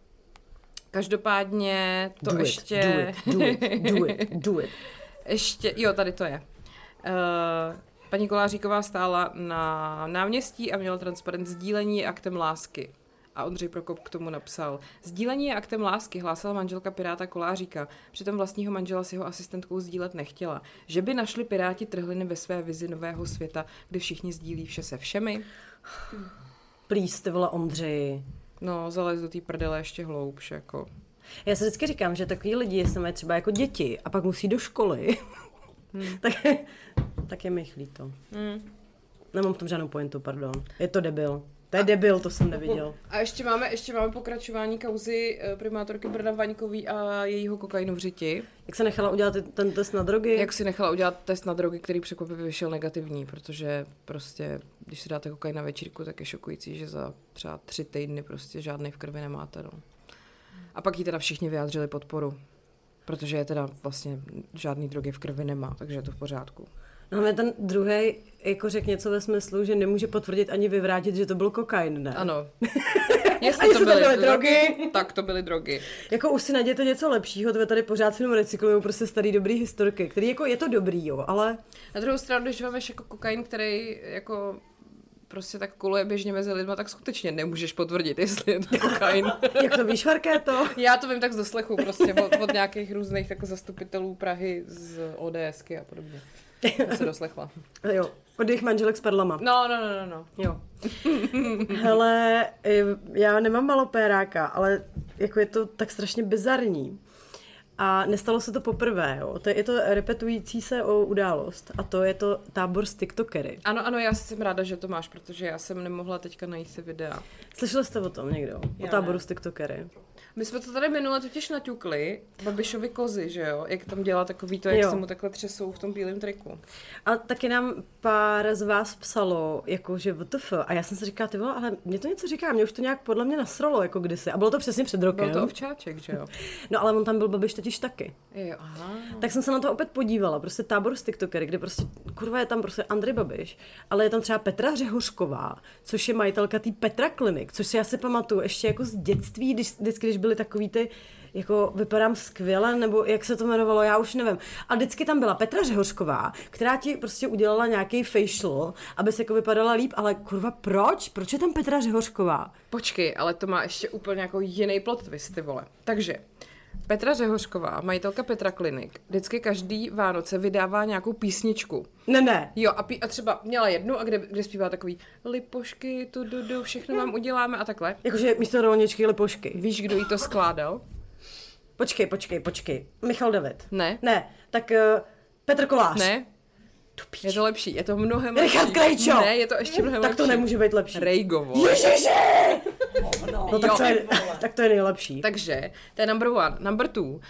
B: Každopádně to
C: do
B: ještě...
C: It, do it, do it, do it, do it.
B: Ještě, jo, tady to je. Uh, paní Koláříková stála na náměstí a měla transparent sdílení je aktem lásky. A Ondřej Prokop k tomu napsal. Sdílení je aktem lásky, hlásala manželka Piráta Koláříka. Přitom vlastního manžela s jeho asistentkou sdílet nechtěla. Že by našli Piráti trhliny ve své vizi nového světa, kde všichni sdílí vše se všemi?
C: Please, ty vole Ondřej.
B: No, zalez do té prdele ještě hloubš, jako.
C: Já si vždycky říkám, že takový lidi, jestli mají třeba jako děti a pak musí do školy, hmm. tak, tak je mi jich líto. Hmm. Nemám v tom žádnou pointu, pardon. Je to debil. To je debil, to jsem neviděl.
B: A ještě máme, ještě máme pokračování kauzy primátorky Brna Vaňkový a jejího kokainu v řiti.
C: Jak se nechala udělat ten test na drogy?
B: Jak si nechala udělat test na drogy, který překvapivě vyšel negativní, protože prostě, když si dáte kokain na večírku, tak je šokující, že za třeba tři týdny prostě žádnej v krvi nemáte. No. A pak jí teda všichni vyjádřili podporu, protože je teda vlastně žádný drogy v krvi nemá, takže je to v pořádku.
C: No ale ten druhý jako řekl něco ve smyslu, že nemůže potvrdit ani vyvrátit, že to byl kokain, ne?
B: Ano. Jestli to byly, byly drogy, tak to byly drogy.
C: Jako už si najděte něco lepšího, tebe tady pořád si jenom recyklujou prostě starý dobrý historky, který jako je to dobrý, jo, ale...
B: Na druhou stranu, když máš jako kokain, který jako prostě tak koluje běžně mezi lidma, tak skutečně nemůžeš potvrdit, jestli je to kokain.
C: Jak to víš, Markéto?
B: Já to vím tak z doslechu prostě od, od nějakých různých jako zastupitelů Prahy z ODSky a podobně. Já se doslechla.
C: Jo, od jejich manželek s perlama.
B: No, no, no, no, no.
C: Jo. Hele, já nemám malopéráka, ale jako je to tak strašně bizarní. A nestalo se to poprvé, jo. To je, je to repetující se o událost. A to je to tábor s tiktokery.
B: Ano, ano, já jsem ráda, že to máš, protože já jsem nemohla teďka najít si videa.
C: Slyšeli jste o tom někdo? Já o táboru ne. s tiktokery?
B: My jsme to tady minule totiž naťukli, Babišovi kozy, že jo? Jak tam dělá takový to, jak jo. se mu takhle třesou v tom bílém triku.
C: A taky nám pár z vás psalo, jako že W T F. A já jsem si říkala, ty vole, ale mě to něco říká, mě už to nějak podle mě nasralo, jako kdysi. A bylo to přesně před rokem.
B: Byl to ovčáček, že jo?
C: No ale on tam byl Babiš totiž taky.
B: Jo, aha.
C: Tak jsem se na to opět podívala, prostě tábor s tiktokery, kde prostě, kurva, je tam prostě Andrej Babiš, ale je tam třeba Petra Řehořková, což je majitelka té Petra Klinik, což si já si pamatuju ještě jako z dětství, když, vždycky, když byly takový ty, jako vypadám skvěle, nebo jak se to jmenovalo, já už nevím. A vždycky tam byla Petra Řehořková, která ti prostě udělala nějaký facial, aby se jako vypadala líp, ale kurva, proč? Proč je tam Petra Řehořková?
B: Počkej, ale to má ještě úplně jako jiný plot twist, ty vole. Takže Petra Řehořková, majitelka Petra Klinik, vždycky každý Vánoce vydává nějakou písničku.
C: Ne, ne.
B: Jo, a, pí- a třeba měla jednu, a kde, kde zpívá takový lipošky, tu, du, du, všechno vám uděláme a takhle.
C: Jakože místo rolničky lipošky.
B: Víš, kdo jí to skládal?
C: Počkej, počkej, počkej. Michal David.
B: Ne.
C: Ne, tak uh, Petr Kolář.
B: Ne. Je to lepší, je to mnohem lepší.
C: Richard Krejčo.
B: Ne, je to ještě mnohem
C: tak
B: lepší.
C: Tak to nemůže být lepší.
B: Rejgovo.
C: Ježiši! No, no tak, to je, tak to je nejlepší.
B: Takže, to je number one. Number two, uh,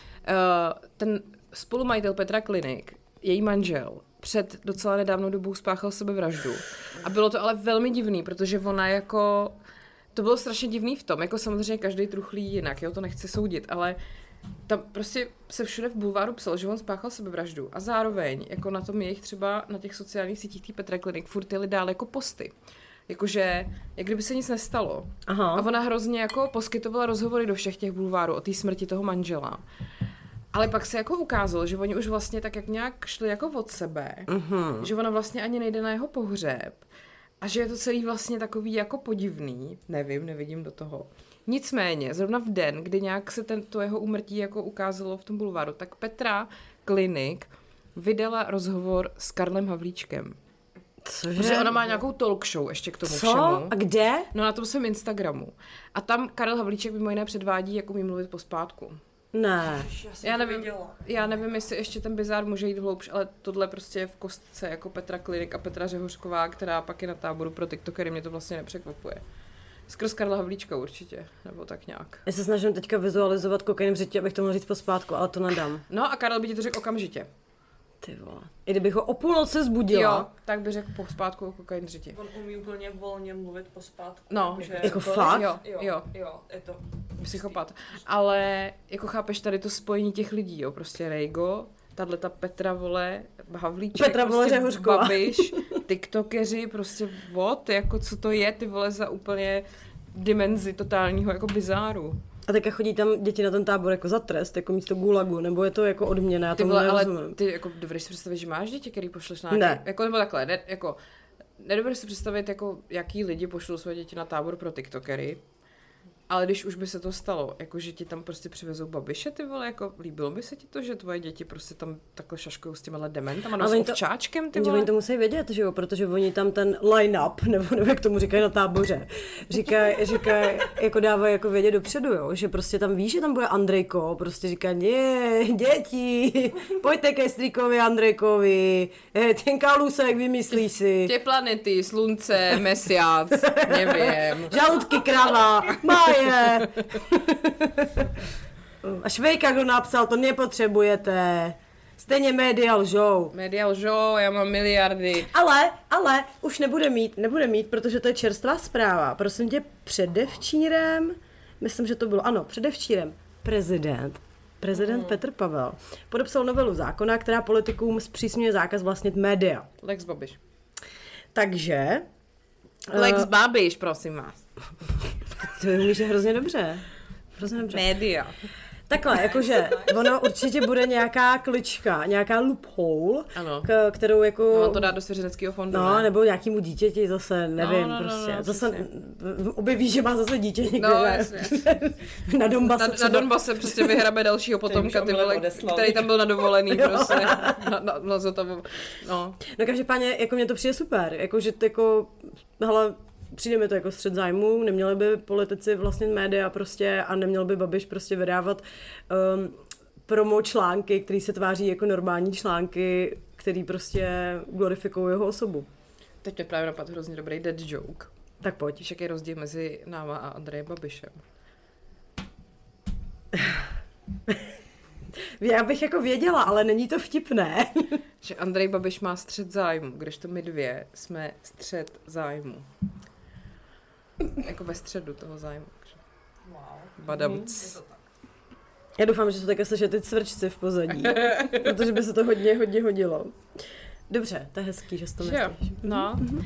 B: ten spolumajitel Petra Klinik, její manžel, před docela nedávnou dobou spáchal sebevraždu. A bylo to ale velmi divný, protože ona jako... To bylo strašně divný v tom, jako samozřejmě každý truchlí jinak, jo, to nechci soudit, ale tam prostě se všude v bulváru psal, že on spáchal sebevraždu a zároveň jako na tom jejich třeba na těch sociálních sítích té Petra Klinik furt jeli dál jako posty. Jakože, jak kdyby se nic nestalo.
C: Aha.
B: A ona hrozně jako poskytovala rozhovory do všech těch bulvárů o té smrti toho manžela. Ale pak se jako ukázalo, že oni už vlastně tak jak nějak šli jako od sebe, uh-huh. že ona vlastně ani nejde na jeho pohřeb a že je to celý vlastně takový jako podivný. Nevím, nevidím do toho. Nicméně, zrovna v den, kdy nějak se ten, to jeho úmrtí jako ukázalo v tom bulváru, tak Petra Klinik vydala rozhovor s Karlem Havlíčkem.
C: Cože?
B: Protože ona má nějakou talk show ještě k tomu
C: Co?
B: všemu.
C: A kde?
B: No na tom svém Instagramu. A tam Karel Havlíček mimo jiné předvádí, jak umí mluvit pospátku.
C: Ne.
B: Já nevím, já nevím, jestli ještě ten bizár může jít hloubš, ale tohle prostě je v kostce jako Petra Klinik a Petra Řehořková, která pak je na táboru pro tiktokery, mě to vlastně nepřekvapuje. Skrz Karla Havlíčka určitě, nebo tak nějak.
C: Já se snažím teďka vizualizovat kokain v řitě, abych to mohl říct pospátku, ale to nedám.
B: No a Karel by ti to řekl okamžitě.
C: Ty vole. I kdybych ho o půlnoci zbudila.
B: Jo, tak by řekl pospátku o kokain v řitě.
D: On umí úplně volně mluvit pospátku.
B: No.
D: Že
C: jako fakt?
B: Jo,
D: jo,
B: jo.
D: jo, je to
B: Psychopat. Ale jako chápeš tady to spojení těch lidí, jo, prostě Rejgo, tato Petra, vole, Havlíček,
C: Petra, vole,
B: prostě
C: Řehořková.
B: Babiš, tiktokeři, prostě what, jako co to je, ty vole, za úplně dimenzi totálního jako bizáru.
C: A teďka chodí tam děti na ten tábor jako za trest, jako místo gulagu, nebo je to jako odměna, já
B: Ty
C: tomu
B: vole, ale
C: nerozumím.
B: ty jako dovedeš si představit, že máš děti, který pošleš na
C: Ne.
B: nějaký, jako nebo takhle, ne, jako nedovedeš si představit, jako jaký lidi pošlou své děti na tábor pro tiktokery. Ale když už by se to stalo, jako že ti tam prostě přivezou Babiše, ty vole, jako líbilo by se ti to, že tvoje děti prostě tam takhle šaškujou s těma dementama, no s ovčáčkem, ty vole?
C: Oni to musí vědět, že jo, protože oni tam ten line-up, nebo, nebo jak tomu říkají na táboře, říkají, říkají, jako dávají jako vědět dopředu, jo, že prostě tam ví, že tam bude Andrejko, prostě říká, ne, děti, pojďte ke strýkovi Andrejkovi, eh, ten kalusek vymyslí si.
B: Tě planety, slunce, mesiac, nevím.
C: Žaludky krava, má je. A Švejka, kdo napsal, to nepotřebujete. Stejně média lžou.
B: Média lžou, já mám miliardy.
C: Ale, ale, už nebude mít, nebude mít, protože to je čerstvá zpráva. Prosím tě, předevčírem, myslím, že to bylo, ano, předevčírem, prezident prezident mm. Petr Pavel podepsal novelu zákona, která politikům zpřísňuje zákaz vlastnit média.
B: Lex Babiš.
C: Takže...
B: Lex
C: uh,
B: Babiš, prosím vás.
C: To umíš hrozně dobře. Hrozně dobře.
B: Média.
C: Takhle, jakože ono určitě bude nějaká klička, nějaká loophole,
B: Ano.
C: K, kterou jako...
B: No, on to dá do svěřeneckého fondu,
C: No,
B: ne?
C: nebo nějakému dítěti zase, nevím,
B: No, no, no,
C: prostě.
B: no, no,
C: zase
B: přesně.
C: objeví, že má zase dítě někde.
B: No, jasně.
C: Na Donbase
B: Na,
C: třeba.
B: na Donbase prostě vyhrabe dalšího potomka, ty vole, který tam byl na dovolený prostě. Na, na, na Zotavu. No.
C: No každopádně, jako mně to přijde super, jako že to jako, hele, přijde mi to jako střet zájmů, neměli by politici vlastnit média prostě a neměl by Babiš prostě vydávat um, promo články, které se tváří jako normální články, který prostě glorifikují jeho osobu.
B: Teď mě právě napadl hrozně dobrý dead joke.
C: Tak pojď.
B: Víš, jaký je rozdíl mezi náma a Andrejem Babišem?
C: Já bych jako věděla, ale není to vtipné.
B: Že Andrej Babiš má střet zájmu, kdežto my dvě jsme střet zájmu. Jako ve středu toho zájmu.
D: Wow.
B: Badamc.
C: Já doufám, že jsou také slyšet ty cvrčci v pozadí, protože by se to hodně, hodně hodilo. Dobře, to je hezký, že jsi to myslíš.
B: No, uh,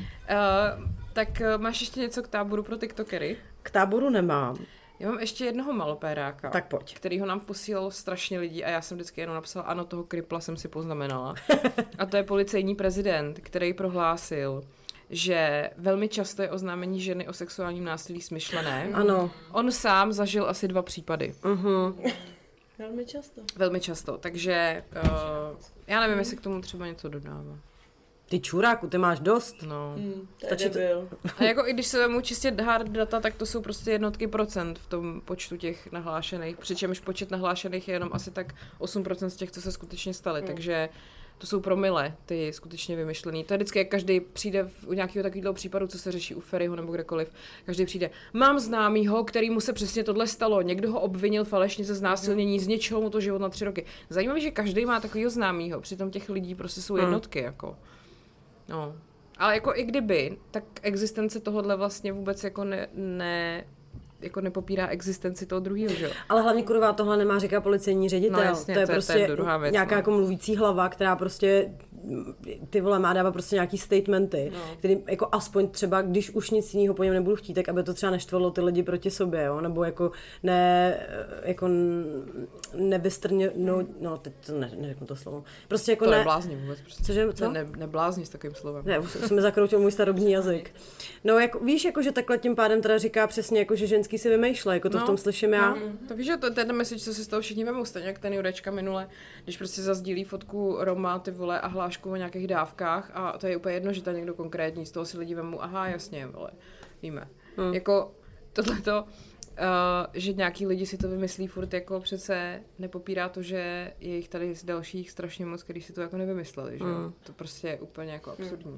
B: tak uh, máš ještě něco k táboru pro tiktokery?
C: K táboru nemám.
B: Já mám ještě jednoho malopéráka,
C: Tak pojď.
B: kterýho nám posílalo strašně lidí a já jsem vždycky jenom napsala, ano, toho kripla jsem si poznamenala. A to je policejní prezident, který prohlásil, že velmi často je oznámení ženy o sexuálním násilí smyšlené.
C: Ano.
B: On sám zažil asi dva případy.
C: Uh-huh.
D: Velmi často.
B: Velmi často, takže uh, já nevím, jestli k tomu třeba něco dodává.
C: Ty čuráku, ty máš dost.
B: No.
D: Hmm, to
C: Stačí
D: je
C: to-
D: debil.
B: A jako i když se vemu čistě hard data, tak to jsou prostě jednotky procent v tom počtu těch nahlášených, přičemž počet nahlášených je jenom asi tak osm procent z těch, co se skutečně staly,
D: Mm.
B: takže to jsou promile, ty skutečně vymyšlený. To je vždycky, jak každý přijde v, u nějakého takového případu, co se řeší u Ferryho nebo kdekoliv, každý přijde, mám známýho, kterýmu se přesně tohle stalo, někdo ho obvinil falešně ze znásilnění, z něčeho mu to život na tři roky. Zajímavé, že každý má takovýho známýho, přitom těch lidí prostě jsou jednotky, jako. No. Ale jako i kdyby, tak existence tohohle vlastně vůbec jako ne, ne jako nepopírá existenci toho druhého, že jo?
C: Ale hlavně kurva tohle nemá říká policejní ředitel.
B: No jasně,
C: to je
B: to je- to
C: prostě
B: je druhá věc,
C: nějaká
B: no.
C: jako mluvící hlava, která prostě ty vole má dávat prostě nějaký statementy,
B: No.
C: který jako aspoň třeba, když už nic jiného po něm nebudu chtít, tak aby to třeba neštvalo ty lidi proti sobě, jo? Nebo jako ne, jako nevystrně, no, no teď to ne, neřeknu to slovo. Prostě jako
B: To
C: ne,
B: neblázni vůbec prostě.
C: Cože, co?
B: Ne, neblázni s takovým slovem.
C: Ne, už, už mi zakroutil můj starobní jazyk. No, jako, víš, jako, že takhle tím pádem teda říká přesně, jako, že ženský si vymýšlej, jako to
B: No,
C: v tom slyším já.
B: No, to víš, že to, to je ten message, co si z toho všichni vemou, stejně jak ten Jurečka minule, když prostě zazdílí fotku Roma, ty vole, a hlášku o nějakých dávkách a to je úplně jedno, že to je někdo konkrétní, z toho si lidi vemou, aha, jasně, vole, víme.
C: Hmm.
B: Jako tohleto, uh, že nějaký lidi si to vymyslí furt, jako přece nepopírá to, že je jich tady z dalších strašně moc, kteří si to jako nevymysleli, že jo?
C: Hmm.
B: To prostě je úplně jako absurdní.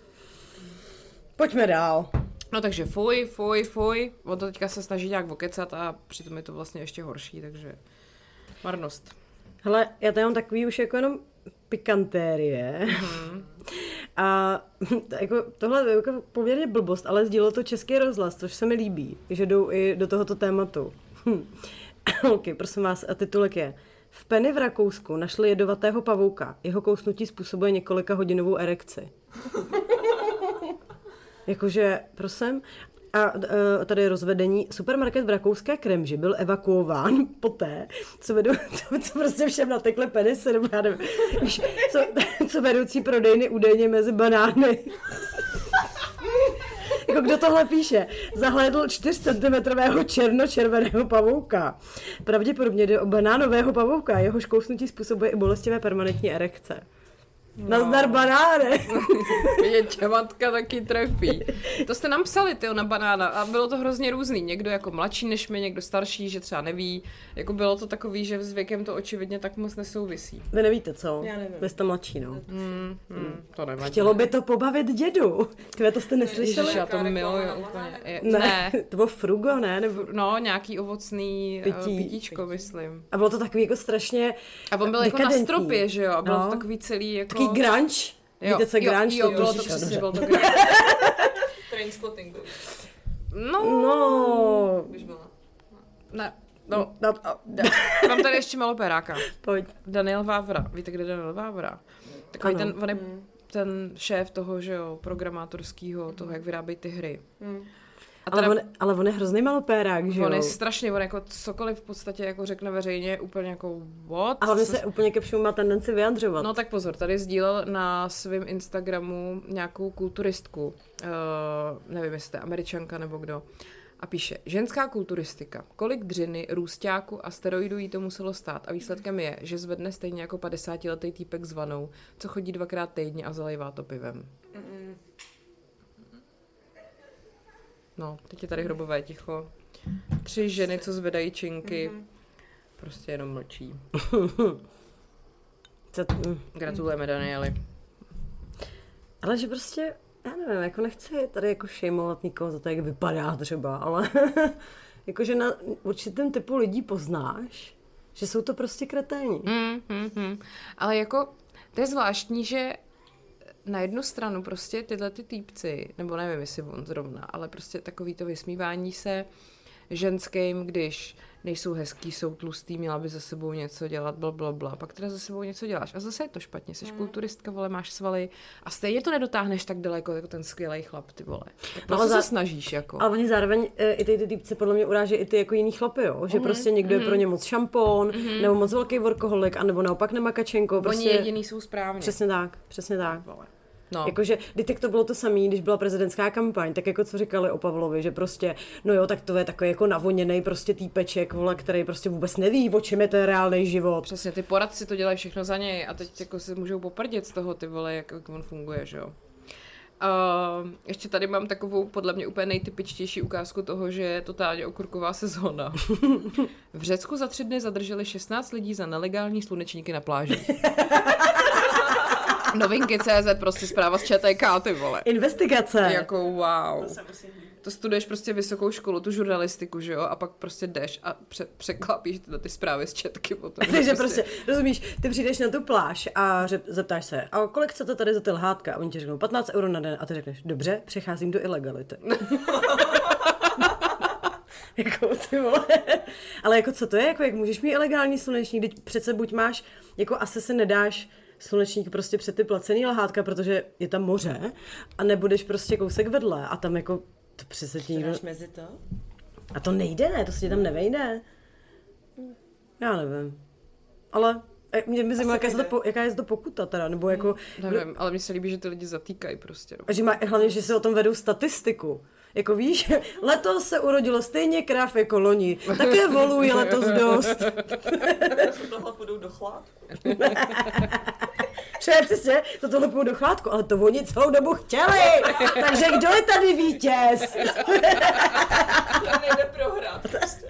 C: Pojďme dál.
B: No takže fuj, fuj, fuj. On to teďka se snaží nějak okecat a přitom je to vlastně ještě horší, takže marnost.
C: Hele, já tady mám takový už jako jenom pikantérie.
B: Mhm.
C: A to jako, tohle je jako poměrně blbost, ale sdílel to Český rozhlas, což se mi líbí, že jdou i do tohoto tématu. Hm. Ok, prosím vás, a titulek je: v Penny v Rakousku našli jedovatého pavouka. Jeho kousnutí způsobuje několika hodinovou erekci. Jakože, prosím. A uh, tady je rozvedení. Supermarket v rakouské Kremži byl evakuován poté, co, vedu, co, co prostě všem natekly penisy, nebo já nevím, víš, co, co vedoucí prodejny údajně mezi banány. Jako kdo tohle píše? Zahlédl čtyřcentimetrového černočerveného pavouka. Pravděpodobně jde o banánového pavouka. Jeho kousnutí způsobuje i bolestivé permanentní erekce. No. Nazdar banáne.
B: Jeďte, matka taky trefí. To jste nám psali, tyjo, na banána a bylo to hrozně různý. Někdo jako mladší než my, někdo starší, že třeba neví. Jako bylo to takový, že s věkem to očividně tak moc nesouvisí.
C: Vy nevíte co?
D: Já nevím.
C: Vy jste mladší, no.
B: Hmm, hmm, to nevadí.
C: Chtělo by to pobavit dědu. Tvé to jste neslyšeli?
B: Ježiš, já to
D: Jaká
B: miluju
D: reklama na
B: úplně. Je,
C: Ne,
B: ne.
C: to bylo frugo, ne? Nebo...
B: No, nějaký ovocný
C: Pití.
B: Pití. pitíčko, myslím.
C: A bylo to takový jako strašně
B: A on byl jako na
C: dekadentní.
B: stropě, že jo? A bylo
C: No.
B: to takový celý jako...
C: Takový grunge. Víte, co
B: jo,
C: grunge?
B: jo,
C: to
B: bylo to
C: Ježiš,
B: přesně,
C: dobře.
B: bylo to grunge.
D: Trainspotting byl.
B: No,
C: No,
D: Když byla.
B: ne. No,
C: no.
B: Mám tady ještě malopéráka.
C: Pojď.
B: Daniel Vávra. Víte, kde je Daniel Vávra? Takový
C: Ano.
B: ten, on je ten šéf toho, že jo, programátorského, toho, jak vyrábějí ty hry.
D: Hmm.
B: A
C: Ale
B: teda,
C: on, ale on je hrozný malopérák, že jo?
B: on je strašně, on jako cokoliv v podstatě jako řekne veřejně úplně jako what?
C: A hlavně
B: Co-
C: se úplně ke všemu má tendenci vyjadřovat.
B: No tak pozor, tady sdílel na svém Instagramu nějakou kulturistku, uh, nevím, jestli to je Američanka nebo kdo, a píše, ženská kulturistika, kolik dřiny, růsťáku a steroidů jí to muselo stát a výsledkem je, že zvedne stejně jako padesátiletý týpek s vanou, co chodí dvakrát týdně a zalejvá to pivem.
D: Mm-mm.
B: No, teď je tady hrobové ticho. Tři ženy, co zvedají činky,
D: Mhm.
B: prostě jenom mlčí.
C: Co- mm.
B: Gratulujeme, Danieli.
C: Ale že prostě, já nevím, jako nechci tady jako šejmovat nikoho za to, jak vypadá třeba, ale jakože na určitém typu lidí poznáš, že jsou to prostě kreténi.
B: Mm, mm, mm. Ale jako, to je zvláštní, že na jednu stranu prostě tyhle ty týpci, nebo nevím, jestli on zrovna, ale prostě takový to vysmívání se ženským, když nejsou hezký, jsou tlustý, měla by za sebou něco dělat, blablabla, pak teda za sebou něco děláš a zase je to špatně, jsi kulturistka, vole, máš svaly a stejně to nedotáhneš tak daleko jako ten skvělý chlap, ty vole. Tak
C: No,
B: no,
C: ale
B: se
C: za-
B: snažíš, jako.
C: Ale oni zároveň e, i ty, ty týpci podle mě uráží i ty jako jiný chlapy, jo? Že prostě někdo je pro ně moc šampón, nebo moc velký workoholik, anebo naopak nemakačenko. Prostě...
B: Oni jediný jsou správně.
C: Přesně tak, přesně tak.
B: Vole. No.
C: Jakože, když tak to bylo to samé, když byla prezidentská kampaň, tak jako co říkali o Pavlovi, že prostě, no jo, tak to je takový jako navoněnej prostě týpeček, vole, který prostě vůbec neví, o čem je ten reálný život.
B: Přesně, ty poradci to dělají všechno za něj a teď jako se můžou poprdět z toho, ty vole, jak, jak on funguje, že jo. Uh, ještě tady mám takovou podle mě úplně nejtypičtější ukázku toho, že je totálně okurková sezóna. V Řecku za tři dny zadrželi šestnáct lidí za nelegální slunečníky na pláži. Novinky tečka cé zet, prostě zpráva z ČTK, ty vole.
C: Investigace.
B: Jako wow.
D: To se musím líbit.
B: To studuješ prostě vysokou školu, tu žurnalistiku, že jo, a pak prostě jdeš a pře- překlápíš tyhle ty zprávy z četky potom.
C: Takže prostě, rozumíš, ty přijdeš na tu pláž a řep, zeptáš se, a kolik chcete tady za ty lhátka? A oni ti řeknou patnáct euro na den a ty řekneš, dobře, přecházím do ilegality. Jako ty vole. Ale jako co to je, jako jak můžeš mít ilegální slunečník, teď přece buď máš, jako asi se nedáš slunečník prostě před ty placený lhátka, protože je tam moře a nebudeš prostě kousek vedle a tam jako to přece ti nikdo...
E: Dáš mezi to?
C: A to nejde, ne? To se ti tam nevejde. Já nevím. Ale e, mě by zajímalo, jaká, je to po- jaká je to pokuta teda, nebo jako...
B: Nevím, ale mně se líbí, že ty lidi zatýkají prostě. No.
C: A že má, hlavně, že se o tom vedou statistiku. Jako víš, letos se urodilo stejně krav jako loni. Také volů je letos dost.
D: Tohle půjdou do chládku.
C: Přesně, přesně, to tohle půjdu do chládku, ale to oni celou dobu chtěli. Takže kdo je tady vítěz?
D: To nejde prohrát prostě.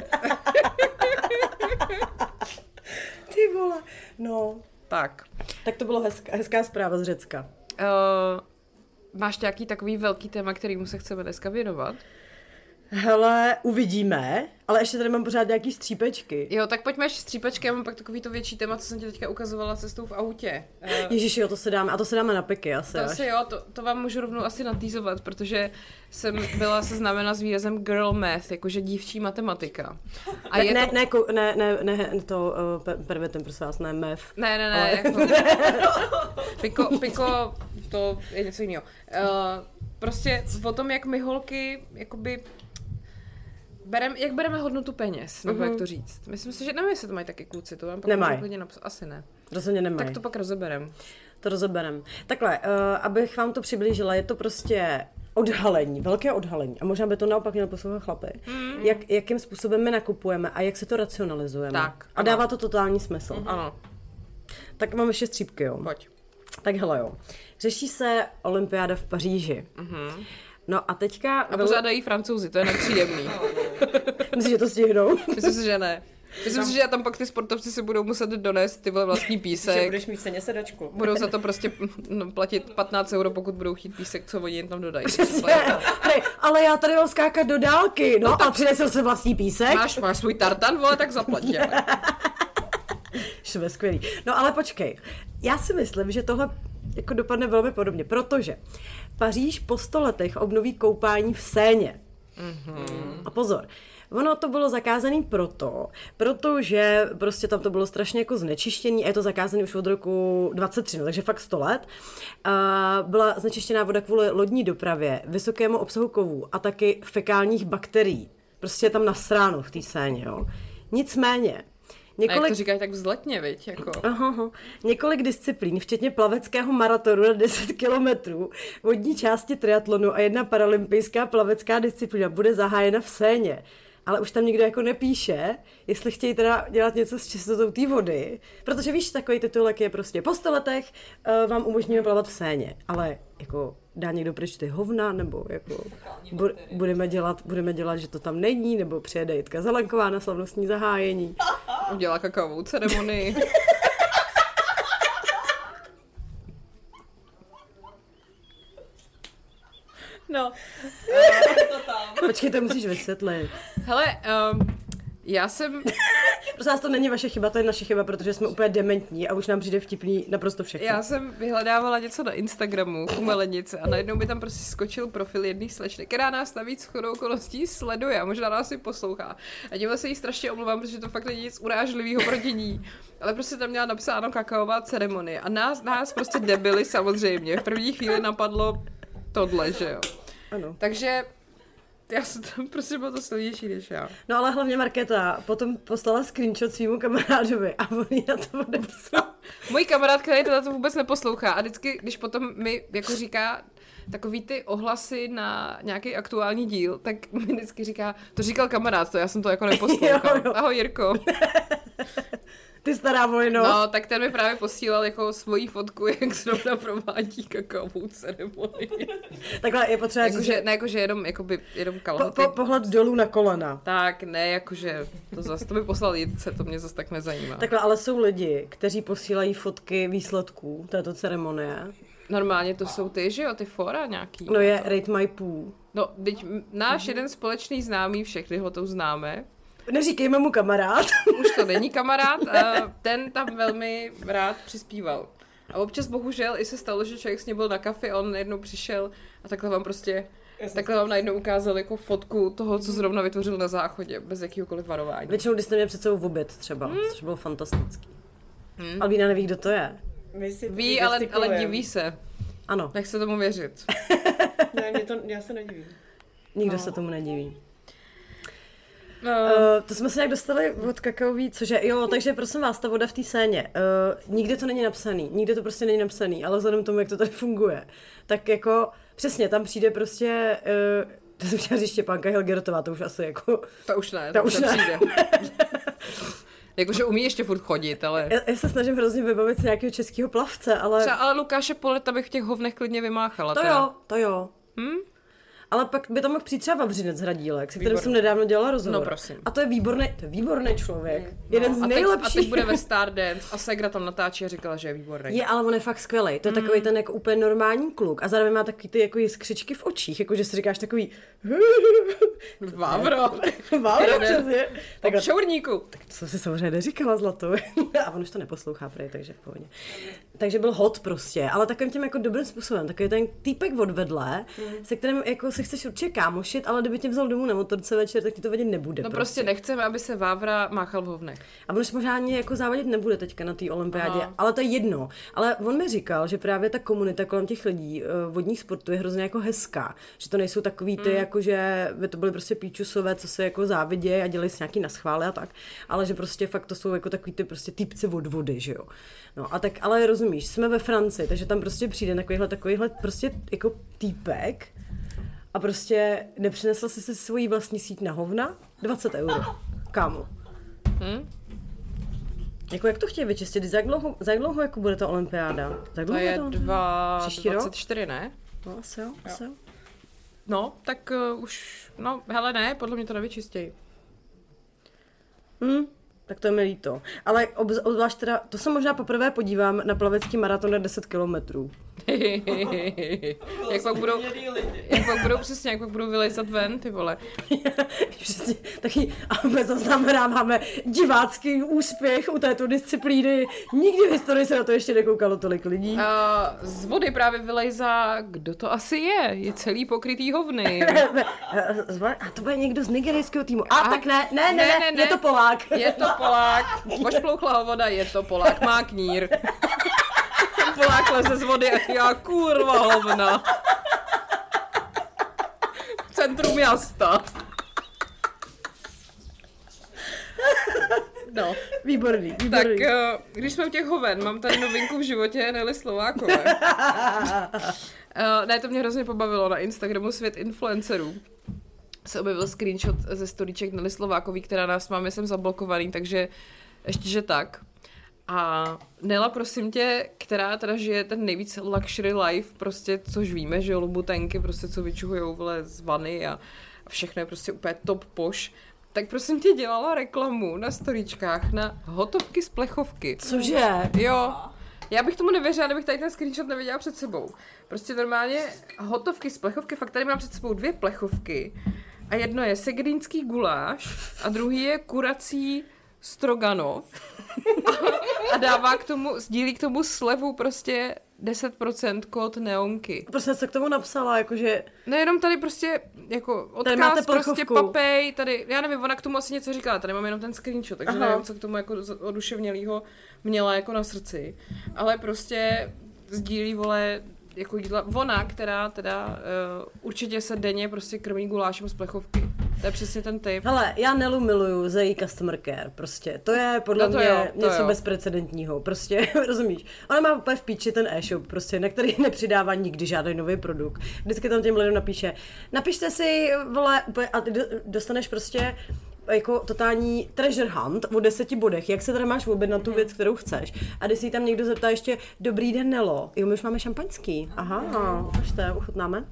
C: Ty vole. No,
B: Tak.
C: tak to bylo hezká, hezká zpráva z Řecka.
B: Uh, máš nějaký takový velký téma, kterýmu se chceme dneska věnovat?
C: Hele, uvidíme, ale ještě tady mám pořád nějaký střípečky.
B: Jo, tak pojďme ještě střípečky, já mám pak takový to větší téma, co jsem ti teďka ukazovala cestou v autě. Uh,
C: Ježiši, jo, to se dáme, a to se dáme na piky asi
B: to
C: až.
B: asi jo, to, to vám můžu rovnou asi natýzovat, protože jsem byla seznámena s výrazem girl math, jakože dívčí matematika. A
C: Ne,
B: je
C: ne,
B: to...
C: ne, kou- ne, ne, ne, to uh, per- pervitem, prosím vás, ne, mef.
B: Ne, ne, ne,
C: Ale-
B: jako... Piko, piko, to je něco jiného. Uh, prostě o tom, jak my holky, jakoby... Berem, jak bereme hodnotu peněz, nebo
C: Mhm.
B: jak to říct. Myslím si, že nevím, jestli to mají taky kluci, to vám pak
C: Nemají.
B: můžu klidně napsat. Asi ne.
C: Rozhodně nemají.
B: Tak to pak rozeberem.
C: To rozeberem. Takhle, uh, abych vám to přiblížila, je to prostě odhalení, velké odhalení. A možná by to naopak měl poslouchat chlapy. Mm. Jak, jakým způsobem my nakupujeme a jak se to racionalizujeme.
B: Tak,
C: a dává to totální smysl. Mm.
B: Ano,
C: Tak mám ještě střípky, jo.
B: pojď.
C: Tak hele, jo. Řeší se olympiáda v Paříži. Mm-hmm. No a teďka...
B: A pořádají Francouzi, to je nepříjemný.
C: Myslíš, že to stihnou?
B: Myslím si, že ne. Myslím si, že tam pak ty sportovci si budou muset donést ty vole vlastní
E: Že
B: písek.
E: budeš mít v ceně sedačku.
B: Budou za to prostě no, platit patnáct euro, pokud budou chtít písek, co oni jim tam dodají.
C: Hej, ale já tady mám skákat do dálky, no, no a přinesl se vlastní písek.
B: Máš, máš svůj tartan, vole, tak zaplať. Ale.
C: Šve, skvělý. No ale počkej, já si myslím, že tohle jako dopadne velmi podobně, protože Paříž po sto letech obnoví koupání v Séně. Mm-hmm. A pozor, Ono to bylo zakázané proto, protože prostě tam to bylo strašně jako znečištění a je to zakázané už od roku dvacet tři, no, takže fakt sto let. Uh, byla znečištěná voda kvůli lodní dopravě, vysokému obsahu kovů a taky fekálních bakterií. Prostě je tam nasráno v té Séně, jo. Nicméně,
B: Několik... A jak to říkáš tak vzletně, viď? Jako...
C: Aha, aha. Několik disciplín, včetně plaveckého maratonu na deset kilometrů, vodní části triatlonu a jedna paralympijská plavecká disciplína bude zahájena v Séně. Ale už tam nikdo jako nepíše, jestli chtějí teda dělat něco s čistotou té vody, protože víš, takový titulek je prostě po sto letech uh, vám umožníme plavat v Séně, ale jako dá někdo pryč ty hovna, nebo jako bu, budeme, dělat, budeme dělat, že to tam není, nebo přijede Jitka Zelenková na slavnostní zahájení.
B: Udělá kakaovou ceremonii.
C: No. Počkej, to musíš vysvětlit.
B: Hele, um, já jsem...
C: Prosím vás, to není vaše chyba, to je naše chyba, protože jsme úplně dementní a už nám přijde vtipný naprosto všechno.
B: Já jsem vyhledávala něco na Instagramu, Chumelenice, a najednou mi tam prostě skočil profil jedné slečny, která nás navíc shodou okolností sleduje a možná nás i poslouchá. A tím se jí strašně omluvám, protože to fakt není nic urážlivého proti ní. Ale prostě tam měla napsáno kakaová ceremonie a nás, nás prostě debili samozřejmě. V první chvíli napadlo tohle, že jo.
C: Ano.
B: Takže já jsem tam prostě bylo to silnější než já.
C: No ale hlavně Markéta potom poslala screenshot svýmu kamarádovi a on jí na to odepsal.
B: Můj kamarád, který to vůbec neposlouchá a vždycky, když potom mi jako říká takový ty ohlasy na nějaký aktuální díl, tak mi vždycky říká, to říkal kamarád, to já jsem to jako neposlouchal. Jo, jo. Ahoj Jirko.
C: Ty stará vojno.
B: No, tak ten mi právě posílal jako svoji fotku, jak zrovna provádí kakaovou ceremonii.
C: Takhle je potřeba
B: jako,
C: říct,
B: že... Ne, jakože jenom, jakoby, jenom kalhoty.
C: Po, po, pohled dolů na kolena.
B: Tak, ne, jakože, to zase, to by poslal Jitce, to mě zase tak nezajímá.
C: Takhle, ale jsou lidi, kteří posílají fotky výsledků této ceremonie.
B: Normálně to jsou ty, že jo, ty fora nějaký.
C: No je Rate My Poo.
B: No, teď náš jeden společný známý, všechny ho to známe.
C: Neříkejme mu kamarád.
B: Už to není kamarád, ten tam velmi rád přispíval. A občas bohužel i se stalo, že člověk s ním byl na kafi a on jednou přišel a takhle vám prostě, takhle vám najednou ukázal jako fotku toho, co zrovna vytvořil na záchodě, bez jakýhokoliv varování.
C: Většinou, když jste mě před sebou v oběd třeba, hmm. což bylo fantastický. Hmm. Albína neví, kdo to je.
B: Ví, ale, ale diví se.
C: Ano.
B: Nechce tomu věřit.
E: Ne, mě to, já se nedivím.
C: Nikdo
B: no.
C: se tomu nediví.
B: No.
C: Uh, to jsme se nějak dostali od kakaoví, cože, jo, takže prosím vás, ta voda v té Séně, uh, nikde to není napsaný, nikde to prostě není napsaný, ale vzhledem tomu, jak to tady funguje, tak jako přesně, tam přijde prostě, uh, to jsem chtěla říct Štěpánka Hilgertová, to už asi jako...
B: To už ne,
C: to,
B: to
C: už
B: ne.
C: přijde.
B: Jakože umí ještě furt chodit, ale...
C: Já, já se snažím hrozně vybavit se nějakého českého plavce, ale...
B: Třeba ale Lukáše Poleta bych v těch hovnech klidně vymáchala.
C: To
B: teda.
C: jo, to jo.
B: Hm?
C: Ale pak by tam mohl přijít třeba Vavřinec Hradílek, se kterým jsem nedávno dělala rozhovor.
B: No prosím.
C: A to je výborný, to je výborný člověk. Mm. Jeden
B: no,
C: z
B: a
C: nejlepších.
B: Teď, a teď bude ve Stardance a Segra tam natáčí a říkala, že je výborný.
C: Je, ale on je fakt skvělý. To je mm. takový ten jako úplně normální kluk. A zároveň má takový ty jako jiskřičky v očích, jako že si říkáš takový
B: Vávro.
C: Vávro, přesně.
B: Tak šourníku.
C: Tak to jsem si samozřejmě neříkala, zlato. A on už to neposlouchá prej, takže v pohodě. Takže byl hot prostě, ale takovým tím jako dobrým způsobem. Takový ten týpek od vedle, mm. se kterým jako se chceš určitě kámošit, ale kdyby tě vzal domů na motorce večer, tak ti to vadit nebude.
B: No
C: prostě,
B: prostě nechceme, aby se Vávra máchal v hovnech.
C: A on už možná ani jako závodit nebude teďka na té olympiádě, aha. ale to je jedno. Ale on mi říkal, že právě ta komunita kolem těch lidí vodních sportů je hrozně jako hezká. Že to nejsou takový ty, mm. jako že by to byly prostě píčusové, co se jako závidějí a dělají si nějaký naschvály a tak. Ale že prostě fakt to jsou jako takový ty prostě týpci od vody, že jo. No a tak, ale rozumíš, jsme ve Francii, takže tam prostě přijde takovýhle, takovýhle prostě jako týpek a prostě nepřinesl si si svoji vlastní síť na hovna? dvacet euro. Kámo.
B: Hm?
C: Jako jak to chtějí vyčistit? Za jak dlouho, za jak dlouho jako bude ta olympiáda? Za
B: to je dva, dvacet čtyři, ne?
C: No asi jo, asi jo.
B: No, tak uh, už, no hele ne, podle mě to nevyčistějí.
C: Hm, tak to je mi líto. Ale obzvlášť teda, to se možná poprvé podívám na plavecký maraton na deset kilometrů.
B: jak pak budou, jak pak budou přesně, jak pak budou vylejzat ven, ty vole.
C: Přesně, taky a my zaznamenáváme divácký úspěch u této disciplíny. Nikdy v historii se na to ještě nekoukalo tolik lidí.
B: A z vody právě vylejzá, kdo to asi je? Je celý pokrytý hovny.
C: A to bude někdo z nigerijského týmu. A, a tak ne, ne, ne, ne, ne, ne, je to Polák.
B: Je to Polák. Pošplouchla ho voda, je to Polák, má knír. Polák leze z vody a já kurva hovna. Centrum města. No.
C: Výborný, výborný.
B: Tak, když jsme u těch hoven, mám tady novinku v životě Nelly Slovákové. Ne, to mě hrozně pobavilo. Na Instagramu Svět influencerů se objevil screenshot ze storíček Nelly Slovákový, která nás má, jsem zablokovaný, takže ještě, že tak. A Nela, prosím tě, která teda žije ten nejvíc luxury life, prostě, což víme, že jo, lubutenky, prostě, co vyčuhujou, vole, z vany a všechno je prostě úplně top poš, tak prosím tě dělala reklamu na storíčkách na hotovky z plechovky.
C: Cože?
B: Jo. Já bych tomu nevěřila, kdybych tady ten screenshot neviděla před sebou. Prostě normálně hotovky z plechovky, fakt tady mám před sebou dvě plechovky a jedno je segedínský guláš a druhý je kurací stroganov a dává k tomu, sdílí k tomu slevu prostě deset procent kód neonky.
C: Prostě se k tomu napsala, jakože...
B: Nejenom tady prostě jako odkaz, prostě papej, tady, já nevím, ona k tomu asi něco říkala, tady mám jenom ten screenshot, takže Aha. nevím, co k tomu jako oduševnělýho měla jako na srdci, ale prostě sdílí, vole, jako jídla, ona, která teda uh, určitě se denně prostě krmí gulášem z plechovky. To je přesně ten typ.
C: Hele, já Nelu miluju za její customer care, prostě. To je podle no to mě jo, něco jo. bezprecedentního, prostě, rozumíš? Ona má úplně v píči ten e-shop, prostě, na který nepřidává nikdy žádný nový produkt. Vždycky tam těm lidem napíše, napište si, vole, úplně, a ty dostaneš prostě jako totální treasure hunt o deseti bodech, jak se tady máš objednat tu věc, kterou chceš. A když si tam někdo zeptá ještě, dobrý den, Nelo. Jo, my už máme šampaňský. Aha, ukažte, uchutnáme.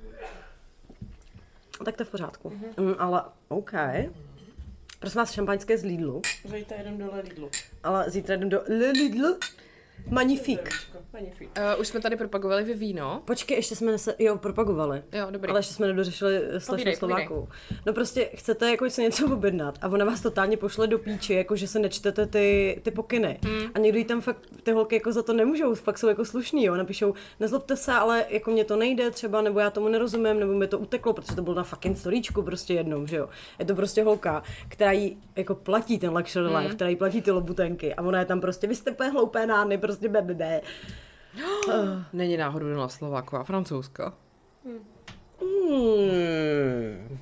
C: Tak to je v pořádku. Mm-hmm. Mm, ale OK. Prosím vás, šampaňské z Lidlu.
E: Zítra jdem do Lidlu.
C: Ale zítra jdem do Lidlu. Magnifique.
B: Uh, už jsme tady propagovali vy víno.
C: Počkej, ještě jsme nese... Jo, propagovali.
B: Jo, dobrý.
C: Ale ještě jsme nedořešili slečnu Slováku. No prostě chcete jako si něco objednat a ona vás totálně pošle do píči, jako že se nečtete ty, ty pokyny. Hmm. A někdy tam fakt ty holky jako za to nemůžou, fakt jsou jako slušný, jo. Napíšou, nezlobte se, ale jako mě to nejde třeba, nebo já tomu nerozumím, nebo mi to uteklo, protože to bylo na fucking storíčku prostě jednou, že jo. Je to prostě holka, která jí jako platí ten luxury life, hmm. která jí platí ty lobutenky a ona je tam prostě, vy jste úplně hloupé nány, prostě be, be, be.
B: Uh. Není náhodou Nela Slováková, francouzská. Hmm.
C: Hmm.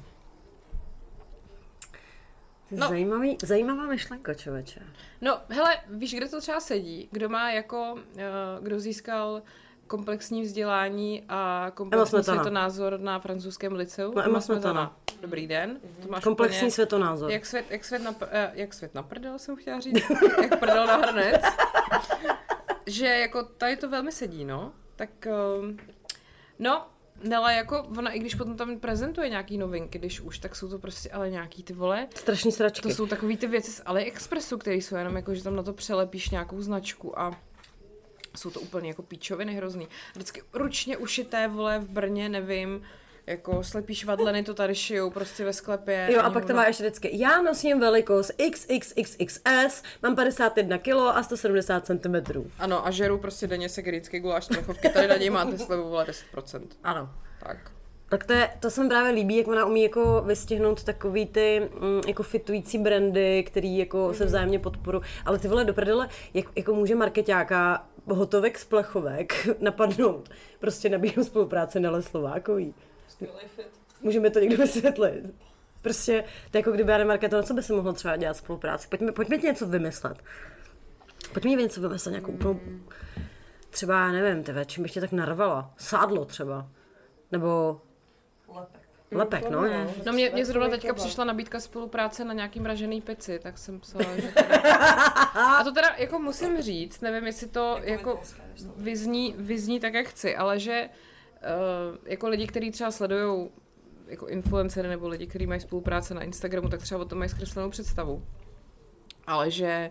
C: No. Zajímavý, zajímavá myšlenka, člověče.
B: No, hele, víš, kde to třeba sedí? Kdo má jako, uh, kdo získal komplexní vzdělání a komplexní světonázor na francouzském liceu?
C: No, Emma Smetana.
B: Dobrý den. Mm-hmm. To máš
C: komplexní
B: úplně,
C: světonázor.
B: Jak svět, jak svět na, uh, jak svět na prdel, jsem chtěla říct. Jak prdel na hrnec. Že jako tady to velmi sedí, no. Tak, um, no, Nela jako, ona i když potom tam prezentuje nějaký novinky, když už, tak jsou to prostě ale nějaký ty vole.
C: Strašný sračky.
B: To jsou takový ty věci z AliExpressu, které jsou jenom jako, že tam na to přelepíš nějakou značku a jsou to úplně jako píčoviny hrozný. Vždycky ručně ušité, vole, v Brně, nevím, jako slepý švadleny to tady šijou prostě ve sklepě.
C: Jo, a pak to má ještě vždycky, já nosím velikost X X X X S, mám padesát jedna kilo a sto sedmdesát centimetrů.
B: Ano, a žeru prostě denně segedínský guláš z plechovky, tady na něj máte slevu, vole, deset procent.
C: Ano.
B: Tak.
C: Tak to, je, to se mi právě líbí, jak ona umí jako vystihnout takový ty mm, jako fitující brandy, který jako se vzájemně podporují. Ale ty vole do prdele, jak, jako může markeťáka hotovek z plechovek napadnout. Prostě nabídnou spolupráce Nele Slovákový. Můžeme to někdo vysvětlit. Prostě to jako kdyby já nemarketo, na co by se mohlo třeba dělat spolupráci. Pojďme, pojďme ti něco vymyslet. Pojďme něco vymyslet, nějakou úplnou... Třeba, nevím, tebe, čím bych tě tak narvala. Sádlo třeba. Nebo...
D: Lepek.
C: Lepek, no.
B: No mě, mě zrovna teďka přišla nabídka spolupráce na nějaký mražený pici, tak jsem psala, že teda... A to teda jako musím říct, nevím, jestli to jako vyzní, vyzní tak, jak chci, ale že uh, jako lidi, kteří třeba sledujou jako influencery nebo lidi, kteří mají spolupráce na Instagramu, tak třeba o tom mají zkreslenou představu. Ale že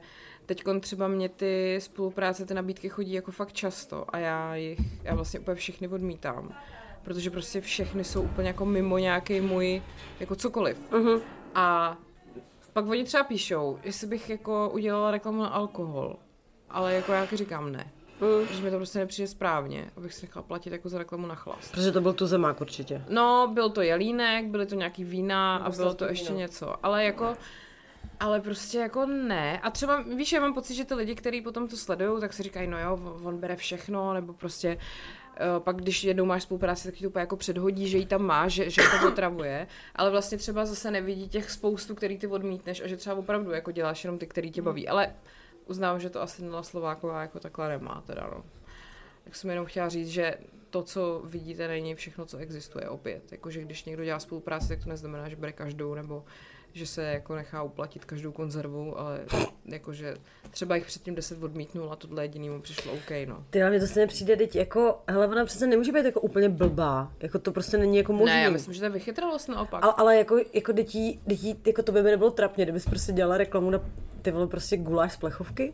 B: teďkon třeba mě ty spolupráce, ty nabídky chodí jako fakt často a já jich, já vlastně úplně všechny odmítám, protože prostě všechny jsou úplně jako mimo nějaký můj, jako cokoliv. Uh-huh. A pak oni třeba píšou, jestli bych jako udělala reklamu na alkohol, ale jako já říkám ne. Mm. Protože mi to prostě nepřijde správně, abych si nechala platit jako za reklamu na chlast.
C: Protože to byl tu zemák určitě.
B: No, byl to jelínek, byly to nějaký vína a bylo to ještě něco, ale jako, ale prostě jako ne. A třeba, víš, já mám pocit, že ty lidi, kteří potom to sledují, tak si říkají, no jo, on bere všechno, nebo prostě uh, pak když jednou máš spolupráci, tak ti to úplně jako předhodí, že ji tam má, že, že to otravuje, ale vlastně třeba zase nevidí těch spoustu, který ty odmítneš a že třeba opravdu jako děláš jenom ty, který tě baví, ale uznám, že to asi Nela Slováková jako takhle nemá teda, no. Tak jsem jenom chtěla říct, že to, co vidíte, není všechno, co existuje opět. Jakože když někdo dělá spolupráci, tak to neznamená, že bere každou, nebo že se jako nechá uplatit každou konzervu, ale jakože třeba jich předtím deset odmítnul a tohle jediný mu přišlo OK, no.
C: Ty, ale mně to se nepřijde, teď jako, hele, ona přece nemůže být jako úplně blbá, jako to prostě není jako možný.
B: Ne, já myslím, že to je vychytralost naopak.
C: Ale, ale jako, jako dětí, dětí, jako to by mi nebylo trapně, kdybys prostě dělala reklamu na, ty vole, prostě guláš z plechovky?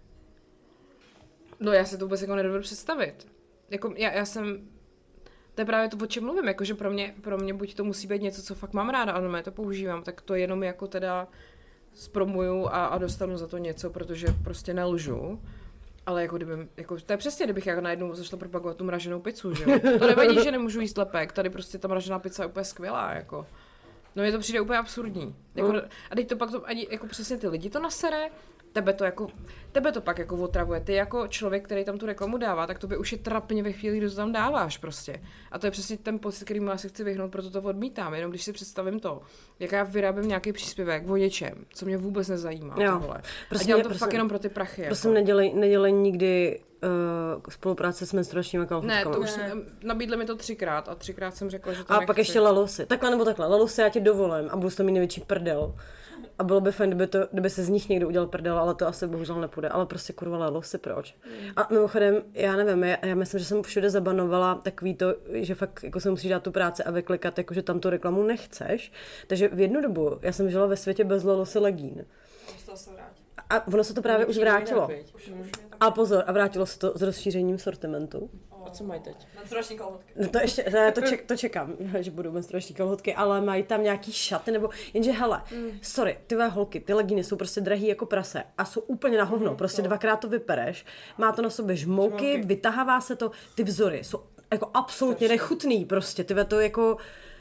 B: No já si to vůbec jako nedovedu představit. Jako já, já jsem, to je právě to, o čem mluvím, jakože pro mě, pro mě buď to musí být něco, co fakt mám ráda, ano, já to používám, tak to jenom jako teda zpromuju a, a dostanu za to něco, protože prostě nelžu. Ale jako kdyby, jako, to je přesně, kdybych jako najednou zašla propagovat tu mraženou pizzu, že jo. To nevadí, že nemůžu jíst lepek, tady prostě ta mražená pizza je úplně skvělá, jako. No mně to přijde úplně absurdní. Jako, mm. A teď to pak to ani, jako přesně ty lidi to nasere, tebe to jako, tebe to pak jako otravuje. Ty jako člověk, který tam tu reklamu dává, tak to by už je trapně ve chvíli, kdy to tam dáváš prostě. A to je přesně ten pocit, který já si chci vyhnout, proto to odmítám. Jenom když si představím to, jak já vyrábím nějaký příspěvek o něčem, co mě vůbec nezajímá.
C: Jo.
B: Tohle.
C: Prostě
B: a dělám to
C: prostě,
B: fakt jenom pro ty prachy.
C: Prosím,
B: jako.
C: nedělej, nedělej nikdy uh, spolupráce s menstruačními kalhotkami.
B: Ne, to už jsme, nabídli mi to třikrát a třikrát jsem řekla, že to
C: A
B: nechci.
C: pak ještě lalosy. Takhle nebo takhle. Lalosy já ti dovolím a budu to mít největší prdel. A bylo by fajn, kdyby, to, kdyby se z nich někdo udělal prdel, ale to asi bohužel nepůjde. Ale prostě kurva lalosy, proč? A mimochodem, já nevím, já, já myslím, že jsem všude zabanovala takový to, že fakt jako se musíš dát tu práci a vyklikat, jako že tam tu reklamu nechceš. Takže v jednu dobu já jsem žila ve světě bez lalosy legín. A ono se to právě už vrátilo. A pozor, a vrátilo se to s rozšířením sortimentu.
E: A co mají teď?
D: Menstruační kalhotky.
C: No to ještě, ne, to, ček, to čekám, že budou menstruační kalhotky, ale mají tam nějaký šaty, nebo, jenže hele, mm. sorry, ty holky, ty legíny jsou prostě drahý jako prase a jsou úplně na hovno, mm, prostě to. Dvakrát to vypereš, má to na sobě žmouky, žmouky. Vytahává se to, ty vzory jsou jako absolutně nechutný prostě, ty to jako...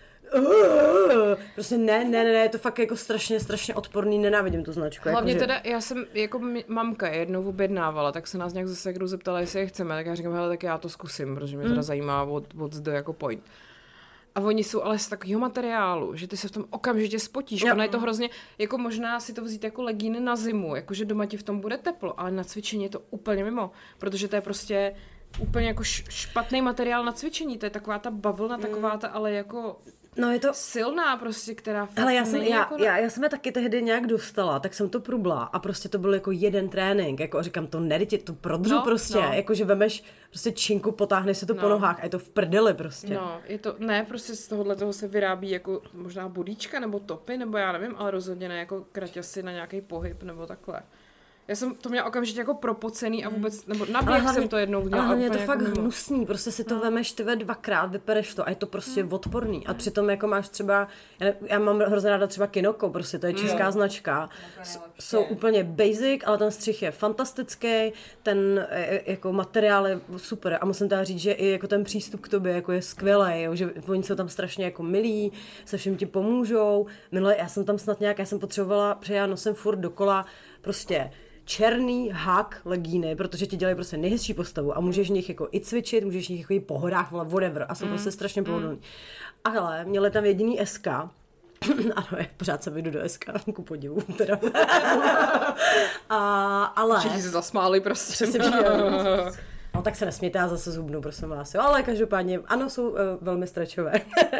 C: Uh, prostě ne, ne, ne, je to fakt jako strašně, strašně odporný, nenávidím tu značku.
B: Hlavně
C: jako, že...
B: teda, já jsem jako mamka jednou objednávala, tak se nás nějak zase kdo zeptala, jestli je chceme, tak já říkám, hele, tak já to zkusím, protože mě teda mm. zajímá od, od zde jako point. A oni jsou ale z takového materiálu, že ty se v tom okamžitě spotíš. Ono je to hrozně, jako možná si to vzít jako legíny na zimu, jakože doma ti v tom bude teplo, ale na cvičení je to úplně mimo, protože to je prostě úplně jako špatný materiál na cvičení, to je taková ta bavlna, mm. taková ta, ale jako...
C: No je to
B: silná prostě, která fakt
C: hele, já jsem, já,
B: jako...
C: já, já jsem je taky tehdy nějak dostala, tak jsem to prubla a prostě to byl jako jeden trénink, jako a říkám to ne, tě to prodřu no, prostě, no. Jakože vemeš prostě činku, potáhneš si to no. po nohách a je to v prdeli prostě.
B: No, je to, ne, prostě z tohohle toho se vyrábí jako možná bodíčka nebo topy, nebo já nevím, ale rozhodně ne jako kraťasy na nějaký pohyb nebo takhle. Já jsem to měla okamžitě jako propocený a vůbec, nebo naběh jsem to jednou udělala.
C: Ale je to
B: jako
C: fakt
B: mimo.
C: hnusný, prostě si to no. vemeš tyve dvakrát, vypereš to a je to prostě mm. odporný. A přitom jako máš třeba, já, já mám hrozně ráda třeba Kinoko, prostě to je česká mm. značka. S, jsou úplně basic, ale ten střih je fantastický, ten jako materiál je super a musím teda říct, že i jako ten přístup k tobě jako je skvělý, že oni jsou tam strašně jako milí, se všem ti pomůžou. Minule já jsem tam snad nějak, já jsem potřebovala, protože já nosím furt dokola prostě černý hak legíny, protože ti dělají prostě nejhezčí postavu a můžeš v nich jako i cvičit, můžeš v nich jako i po horách, whatever a jsou mm. prostě strašně pohodlný. Mm. Ale měli tam jediný S K, ano, já pořád se vyjdu do S K, ku podivu, teda. a, ale...
B: Všichni se zasmáli prostě.
C: Přesně, ale no tak se nesmějte, já zase zhubnu, prosím vás, jo, ale každopádně, ano, jsou uh, velmi stretchové.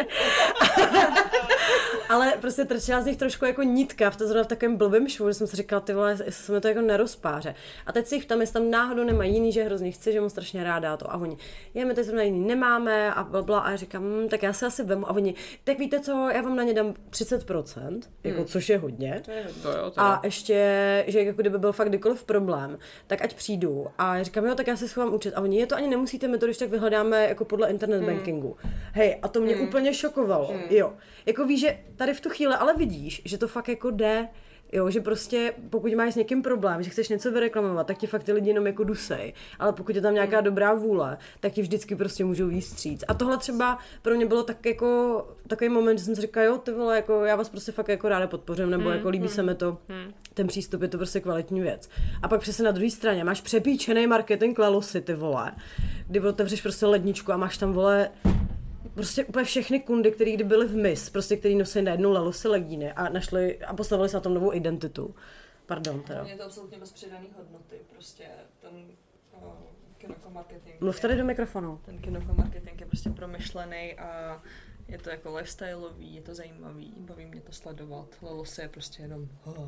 C: Ale prostě trčela z nich trošku jako nitka v, to zrovna v takovém blbém švu, že jsem si říkala, ty vole, jestli se mi to jako nerozpáře. A teď si jich tam, jestli tam náhodou nemají jiný, že hrozně chci, že mu strašně ráda to. A oni, je, my teď zrovna jiný nemáme a blabla. A já říkám, hm, tak já si asi vemu. A oni, tak víte co, já vám na ně dám třicet procent, jako, hmm. což je hodně.
E: To je hodně.
B: To jo, to
C: A ještě, že jako kdyby byl fakt kdykoliv problém, tak ať přijdu. A já říkám, jo, tak já si schovám účet. A oni, je to ani nemusíte, my to když tak vyhledáme jako podle internet hmm. bankingu. Hej, a to mě hmm. úplně šokovalo. Hmm. Jo. Jako víš, že tady v tu chvíli ale vidíš, že to fakt jako jde, jo, že prostě pokud máš s někým problém, že chceš něco vyreklamovat, tak ti fakt ty lidi jenom jako dusej, ale pokud je tam nějaká dobrá vůle, tak ti vždycky prostě můžou jít vstříc. A tohle třeba pro mě bylo tak jako takový moment, že jsem si říkala, jo, ty vole, jako já vás prostě fakt jako ráda podpořím, nebo hmm, jako líbí hmm, se mi to, hmm. ten přístup, je to prostě kvalitní věc. A pak přesně na druhé straně máš přepíčený marketing Lelosy, ty vole, kdy otevřeš prostě ledničku a máš tam, vole, prostě úplně všechny kundy, který kdy byly v mis, prostě který nosili najednou Lelosy legíny a našli a postavili se na tom novou identitu. Pardon, teda.
D: Je to absolutně bez přidaný hodnoty, prostě ten uh, kinoko marketing.
C: Mluv tady do mikrofonu.
D: Ten kinoko marketing je prostě promyšlený a je to jako lifestyleový, je to zajímavý, baví mě to sledovat. Lelosy je prostě jenom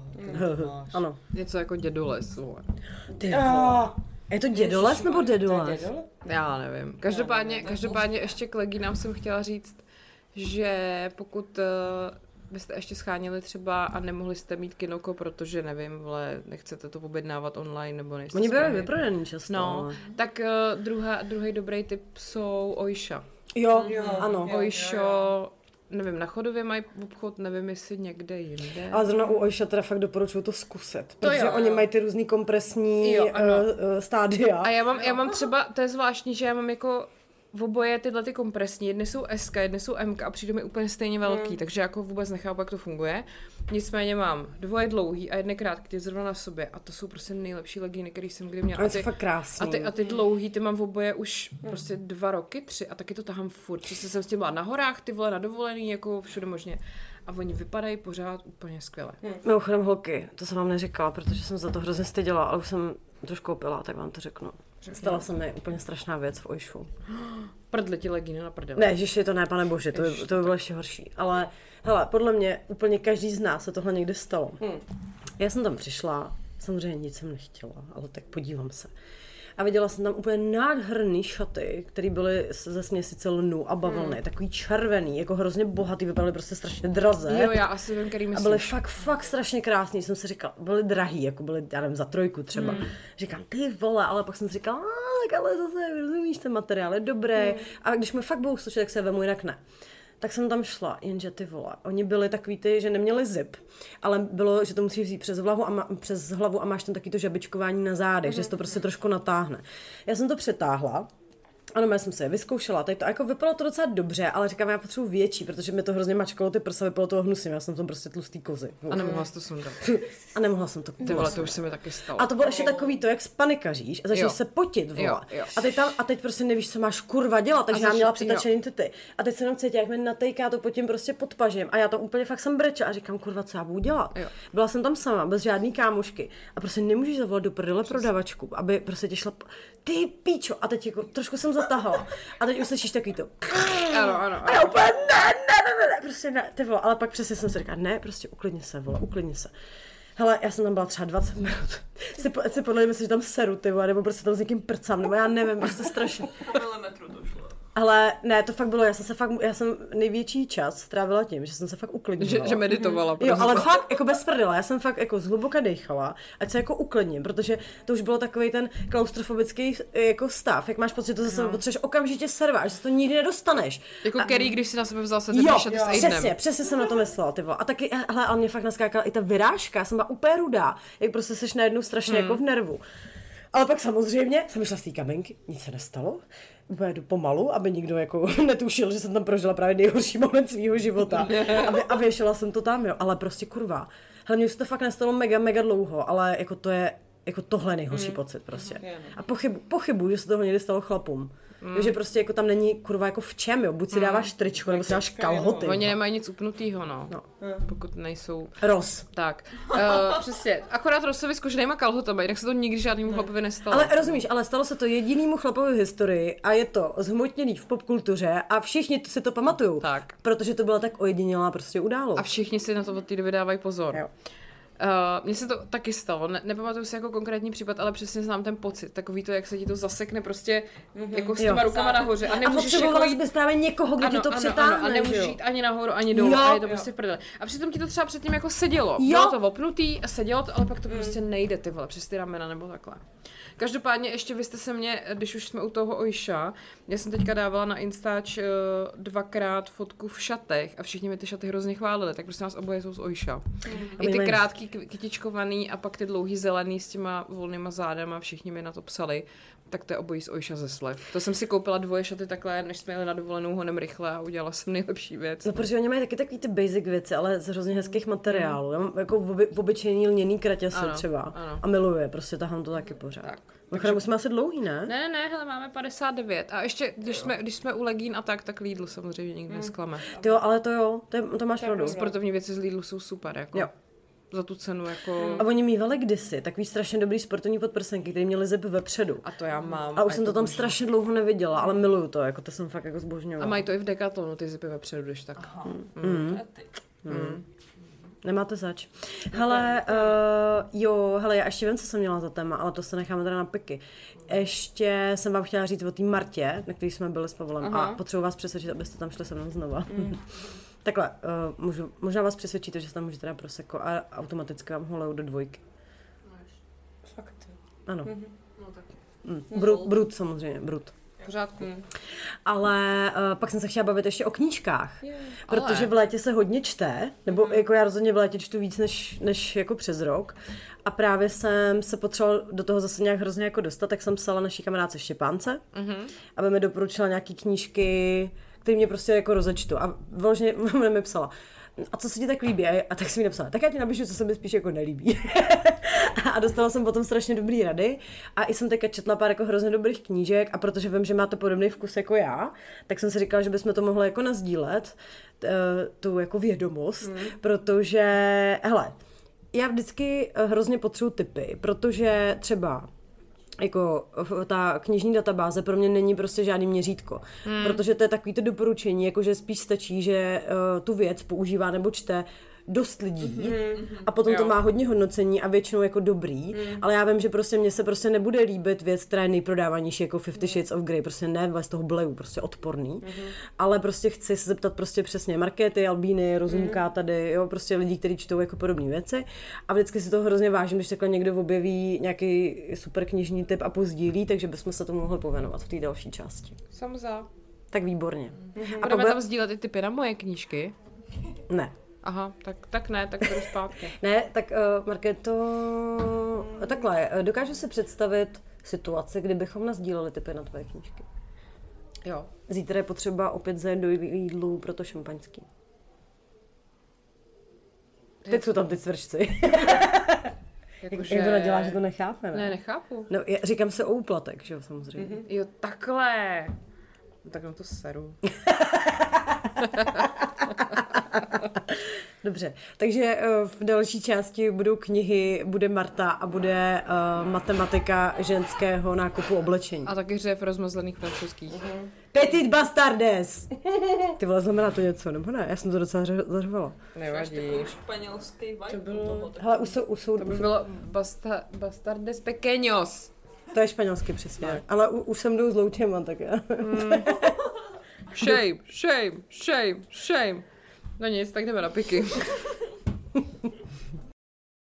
C: oh, ano.
B: Něco jako dědoles, vole.
C: Ty vole. Je to dědoles nebo dědoles?
B: Já nevím. Každopádně, každopádně ještě k legínám jsem chtěla říct, že pokud uh, byste ještě schánili třeba a nemohli jste mít kinoko, protože nevím, vole, nechcete to objednávat online nebo nejste
C: Oni byli vyprodaný často.
B: No, tak uh, druhá, druhý dobrý tip jsou Oysha.
C: Jo, jo, ano.
B: Oysho, nevím, na Chodově mají obchod, nevím, jestli někde jinde.
C: Ale zrovna u Oysha teda fakt doporučuju to zkusit,
B: To
C: protože
B: jo,
C: oni
B: jo.
C: mají ty různý kompresní
B: Jo,
C: uh,
B: ano.
C: uh, stádia.
B: A já mám, já mám třeba, to je zvláštní, že já mám jako v oboje tyhle ty kompresní, jedny jsou S, jedny jsou M a přijde mi úplně stejně velký, mm. takže jako vůbec nechápu, jak to funguje. Nicméně mám dvoje dlouhý a jedny krátký, zrovna na sobě a to jsou prostě nejlepší legíny, který jsem kdy měla.
C: A
B: A ty,
C: jsou fakt krásný.
B: a ty, a ty dlouhý, ty mám v oboje už mm. prostě dva roky, tři a taky to tahám furt. Přesně jsem s tím byla na horách, ty vole na dovolený, jako všude možně. A oni vypadají pořád úplně skvěle.
C: Hmm. Mimochodem holky, to jsem vám neříkala, protože jsem za to hrozně styděla, ale už jsem to koupila, tak vám to řeknu. Řeknu. Stala se mi úplně strašná věc v Oyshu.
B: Prdli ti legíny na prdele.
C: Ne, ježiši, to ne, pane bože, to by, to by bylo ještě horší. Ale hele, podle mě úplně každý z nás se tohle někdy stalo. Hmm. Já jsem tam přišla, samozřejmě nic jsem nechtěla, ale tak podívám se. A viděla jsem tam úplně nádherný šaty, které byly ze směsice lnu a bavlny, hmm. takový červený, jako hrozně bohatý, vypadaly prostě strašně draze.
B: Jo, já asi vím, který myslíš.
C: A byly fakt, fakt strašně krásný, jsem si říkala, byly drahý, jako byly, já nevím, za trojku třeba. Hmm. Říkám, ty vole, ale pak jsem si říkala, tak ale zase, rozumíš, ten materiál je dobrý. Hmm. A když mi fakt budou slušet, tak se vemu, jinak ne. Tak jsem tam šla, jenže ty vole, oni byli takový ty, že neměli zip, ale bylo, že to musíš vzít přes hlavu a, má, přes hlavu a máš tam taky to žabičkování na zádech, mm-hmm. že se to prostě trošku natáhne. Já jsem to přetáhla, ano, já jsem se je vyzkoušela, teď to jako vypadalo to docela dobře, ale říkám, já potřebuji větší, protože mi to hrozně mačkalo ty prsa, vypadalo toho hnusně, já jsem tam prostě tlustý kozy.
B: A nemohla jsi to sundat.
C: A nemohla jsem to.
B: Ty vole, to už se mi taky stalo.
C: A to bylo ještě takový to, jak spanikaříš a začneš se potit, vole.
B: Jo, jo.
C: A teď tam, a teď prostě nevíš, co máš kurva dělat, takže
B: zač-
C: já měla přitačený tyty. A teď se jenom cítila, jak mi natejká to potím prostě pod pažem. A já to úplně fakt jsem brečela a říkám, kurva, co já budu dělat.
B: Jo.
C: Byla jsem tam sama, bez žádný kámošky. A prostě nemůžeš zavolat do prdele prodavačku, aby prostě tě šla, ty píčo. A teď jako trošku jsem zatahala. A teď uslyšíš takový to.
B: Ano, ano, ano.
C: A já úplně ne, ne, ne, ne, prostě ne, ty vole, ale pak přesně jsem si říkala, ne, prostě uklidni se, vole, uklidni se. Hele, já jsem tam byla třeba dvacet minut. Si, si podle mě, že tam seru, ty vole, nebo prostě tam s někým prcám, nebo já nevím, prostě strašně.
D: Milimetru to šlo.
C: Ale ne, to fakt bylo, já jsem se fakt, já jsem největší čas strávila tím, že jsem se fakt uklidnila.
B: Že, že meditovala.
C: Jo, ale fakt jako bez prdela, já jsem fakt jako zhluboka dechala, ať se jako uklidním, protože to už bylo takový ten klaustrofobický jako stav, jak máš pocit, že to zase no. potřebuješ okamžitě servat, že to nikdy nedostaneš.
B: Jako
C: a,
B: Kerry, když si na sebe vzal se
C: jo,
B: šaty
C: jo,
B: s Aidenem.
C: přesně, přesně jsem na to myslela, ty vole. A taky, hele, ale mě fakt naskákala i ta vyrážka, já jsem byla úplně rudá, jak prostě seš najednou strašně hmm. jako v nervu. Ale pak samozřejmě jsem šla z té kabinky, nic se nestalo, úplně jdu pomalu, aby nikdo jako netušil, že jsem tam prožila právě nejhorší moment svýho života a, vě, a věšela jsem to tam, jo, ale prostě kurva. Hlavně už se to fakt nestalo mega, mega dlouho, ale jako to je, jako tohle nejhorší mm. pocit prostě. A pochybu, pochybu, že se toho někdy stalo chlapům. Mm. Že prostě jako tam není kurva jako v čem, jo. Buď si dáváš tričko, nebo si dáš kalhoty.
B: Oni nemají nic upnutýho, no. no. Pokud nejsou...
C: Roz.
B: Tak. Uh, přesně. Akorát Rosovi s koženýma kalhotama, jinak se to nikdy žádnému chlapovi nestalo.
C: Ale rozumíš, ale stalo se to jedinému chlapovi v historii a je to zhmotněný v popkultuře a všichni si to pamatujou.
B: Tak.
C: Protože to byla tak ojedinělá prostě událost.
B: A všichni si na to od té doby dávají pozor.
C: Jo.
B: Uh, mně se to taky stalo, ne, nepamatuju si jako konkrétní případ, ale přesně znám ten pocit, takový to, jak se ti to zasekne prostě mm-hmm. jako s těma
C: jo.
B: rukama nahoře a nemůžeš
C: a
B: jako
C: jít... bys právě někoho, kdo
B: ano,
C: ti to
B: ano,
C: přetáhne,
B: ano, a nemůžeš jít ani nahoru, ani dolů,
C: jo.
B: a je to prostě v prdeli. A přitom ti to třeba předtím jako sedělo,
C: jo.
B: bylo to opnutý a sedělo to, ale pak to mm. prostě nejde, ty vole, přes ty ramena nebo takhle. Každopádně ještě vy jste se mě, když už jsme u toho Ojša, já jsem teďka dávala na Instač uh, dvakrát fotku v šatech a všichni mi ty šaty hrozně chválili, tak prostě nás oboje jsou z Ojša. Mm. I ty krátký kytičkovaný a pak ty dlouhý zelený s těma volnýma zádama, všichni mi na to psali, tak to je obojí z Ojša ze slev. To jsem si koupila dvoje šaty takhle, než jsme jeli na dovolenou honem rychle a udělala jsem nejlepší věc.
C: No protože oni mají taky takový ty basic věci, ale z hrozně hezkých materiálů. Já mám jako oby, obyčejný lněný kraťasy ano, třeba ano. A miluje, prostě tahám to taky pořád. Tak. Takže... musíme asi dlouhý, ne?
B: Ne, ne, hele, máme padesát devět. A ještě, když jsme, když jsme u legín a tak, tak Lidl samozřejmě nikdy nesklame.
C: Ty jo, ale to jo, to, je, to máš pravdu.
B: Sportovní věci z Lidlu jsou super, jako. Jo. Za tu cenu, jako...
C: A oni mývali kdysi takový strašně dobrý sportovní podprsenky, který měli zip vepředu.
B: A to já mám.
C: A už a jsem to tam boží. strašně dlouho neviděla, ale miluju to, jako to jsem fakt jako zbožňovala.
B: A mají to i v Decathlonu, ty zipy vepředu, když tak.
C: Aha. Mm. Mm. Mm. Nemáte zač. Hele, uh, jo, hele, já ještě vím, co jsem měla za téma, ale to se necháme teda na piky. Ještě jsem vám chtěla říct o té Martě, na který jsme byli s Pavlem. Aha. A potřebuji vás přesvědčit, abyste tam šli se mnou znova. Mm. Takhle, uh, můžu, možná vás přesvědčíte, že se tam můžete dát prosecco a automaticky vám ho lejou do dvojky.
D: Fakt.
C: Ano.
D: Mm-hmm.
B: No tak.
C: Mm. Brut, brut samozřejmě, brut.
B: V pořádku.
C: Mm. Ale uh, pak jsem se chtěla bavit ještě o knížkách, yeah. Protože
B: Ale.
C: v létě se hodně čte, nebo mm. jako já rozhodně v létě čtu víc než, než jako přes rok. A právě jsem se potřebovala do toho zase nějak hrozně jako dostat, tak jsem psala naší kamarádce Štěpánce, mm-hmm. aby mi doporučila nějaký knížky, který mě prostě jako rozečtu. A vložně mi psala, a co se ti tak líbí? A tak jsem mi napsala, tak já ti napíšu, co se mi spíš jako nelíbí. A dostala jsem potom strašně dobrý rady. A i jsem teďka četla pár jako hrozně dobrých knížek a protože vím, že máte podobný vkus jako já, tak jsem si říkala, že bychom to mohli jako nazdílet, tu jako vědomost, mm. protože, hele, já vždycky hrozně potřebuji tipy, protože třeba jako ta knižní databáze pro mě není prostě žádný měřítko, hmm. protože to je takový to doporučení, jakože spíš stačí, že uh, tu věc používá nebo čte dost lidí mm-hmm. a potom jo. to má hodně hodnocení a většinou jako dobrý, mm. ale já vím, že prostě mně se prostě nebude líbit věc, která je nejprodávanější jako Fifty Shades of Grey, prostě ne, z toho bleju, prostě odporný, mm-hmm. ale prostě chci se zeptat prostě přesně Markéty, Albíny, Rozumka mm. tady, jo, prostě lidí, kteří čtou jako podobné věci a vždycky si toho hrozně vážím, když takhle někdo objeví nějaký super knižní tip a pozdílí, takže bychom se tomu mohli pověnovat v té další části.
B: Jsem za.
C: Tak výborně.
B: Mm-hmm. A budeme tam sdílet i tipy na moje knížky?
C: Ne.
B: Aha, tak, tak ne, tak budu zpátky.
C: Ne, tak uh, Markéto, takhle, dokážu si představit situaci, kdybychom nasdíleli tipy na tvoje knížky.
B: Jo.
C: Zítra je potřeba opět zajet do Lidlu pro to šampaňský. Teď jsou tam ty cvrčci.
B: Jakože...
C: Jak to nadělá, že to nechápe, ne?
B: Ne, nechápu.
C: No, já říkám se o úplatek, že jo, samozřejmě.
B: Mm-hmm. Jo, takhle. No, tak na to seru.
C: Dobře, takže uh, v další části budou knihy, bude Marta a bude uh, matematika ženského nákupu oblečení.
B: A taky řev rozmazlených francouzských.
C: Uh-huh. Petit bastardes! Ty vole, znamená to něco, nebo ne? Já jsem to docela zařvala.
B: Nevadí.
D: Španělský vibe.
B: To bylo...
C: Hele, už jsou, už jsou...
B: To by bylo basta, bastardes pequeños.
C: To je španělsky přesně, tak. Ale u, už jsem jdou s loučema, tak já. Mm.
B: Shame, shame, shame, shame. No nic, tak jdeme na piky.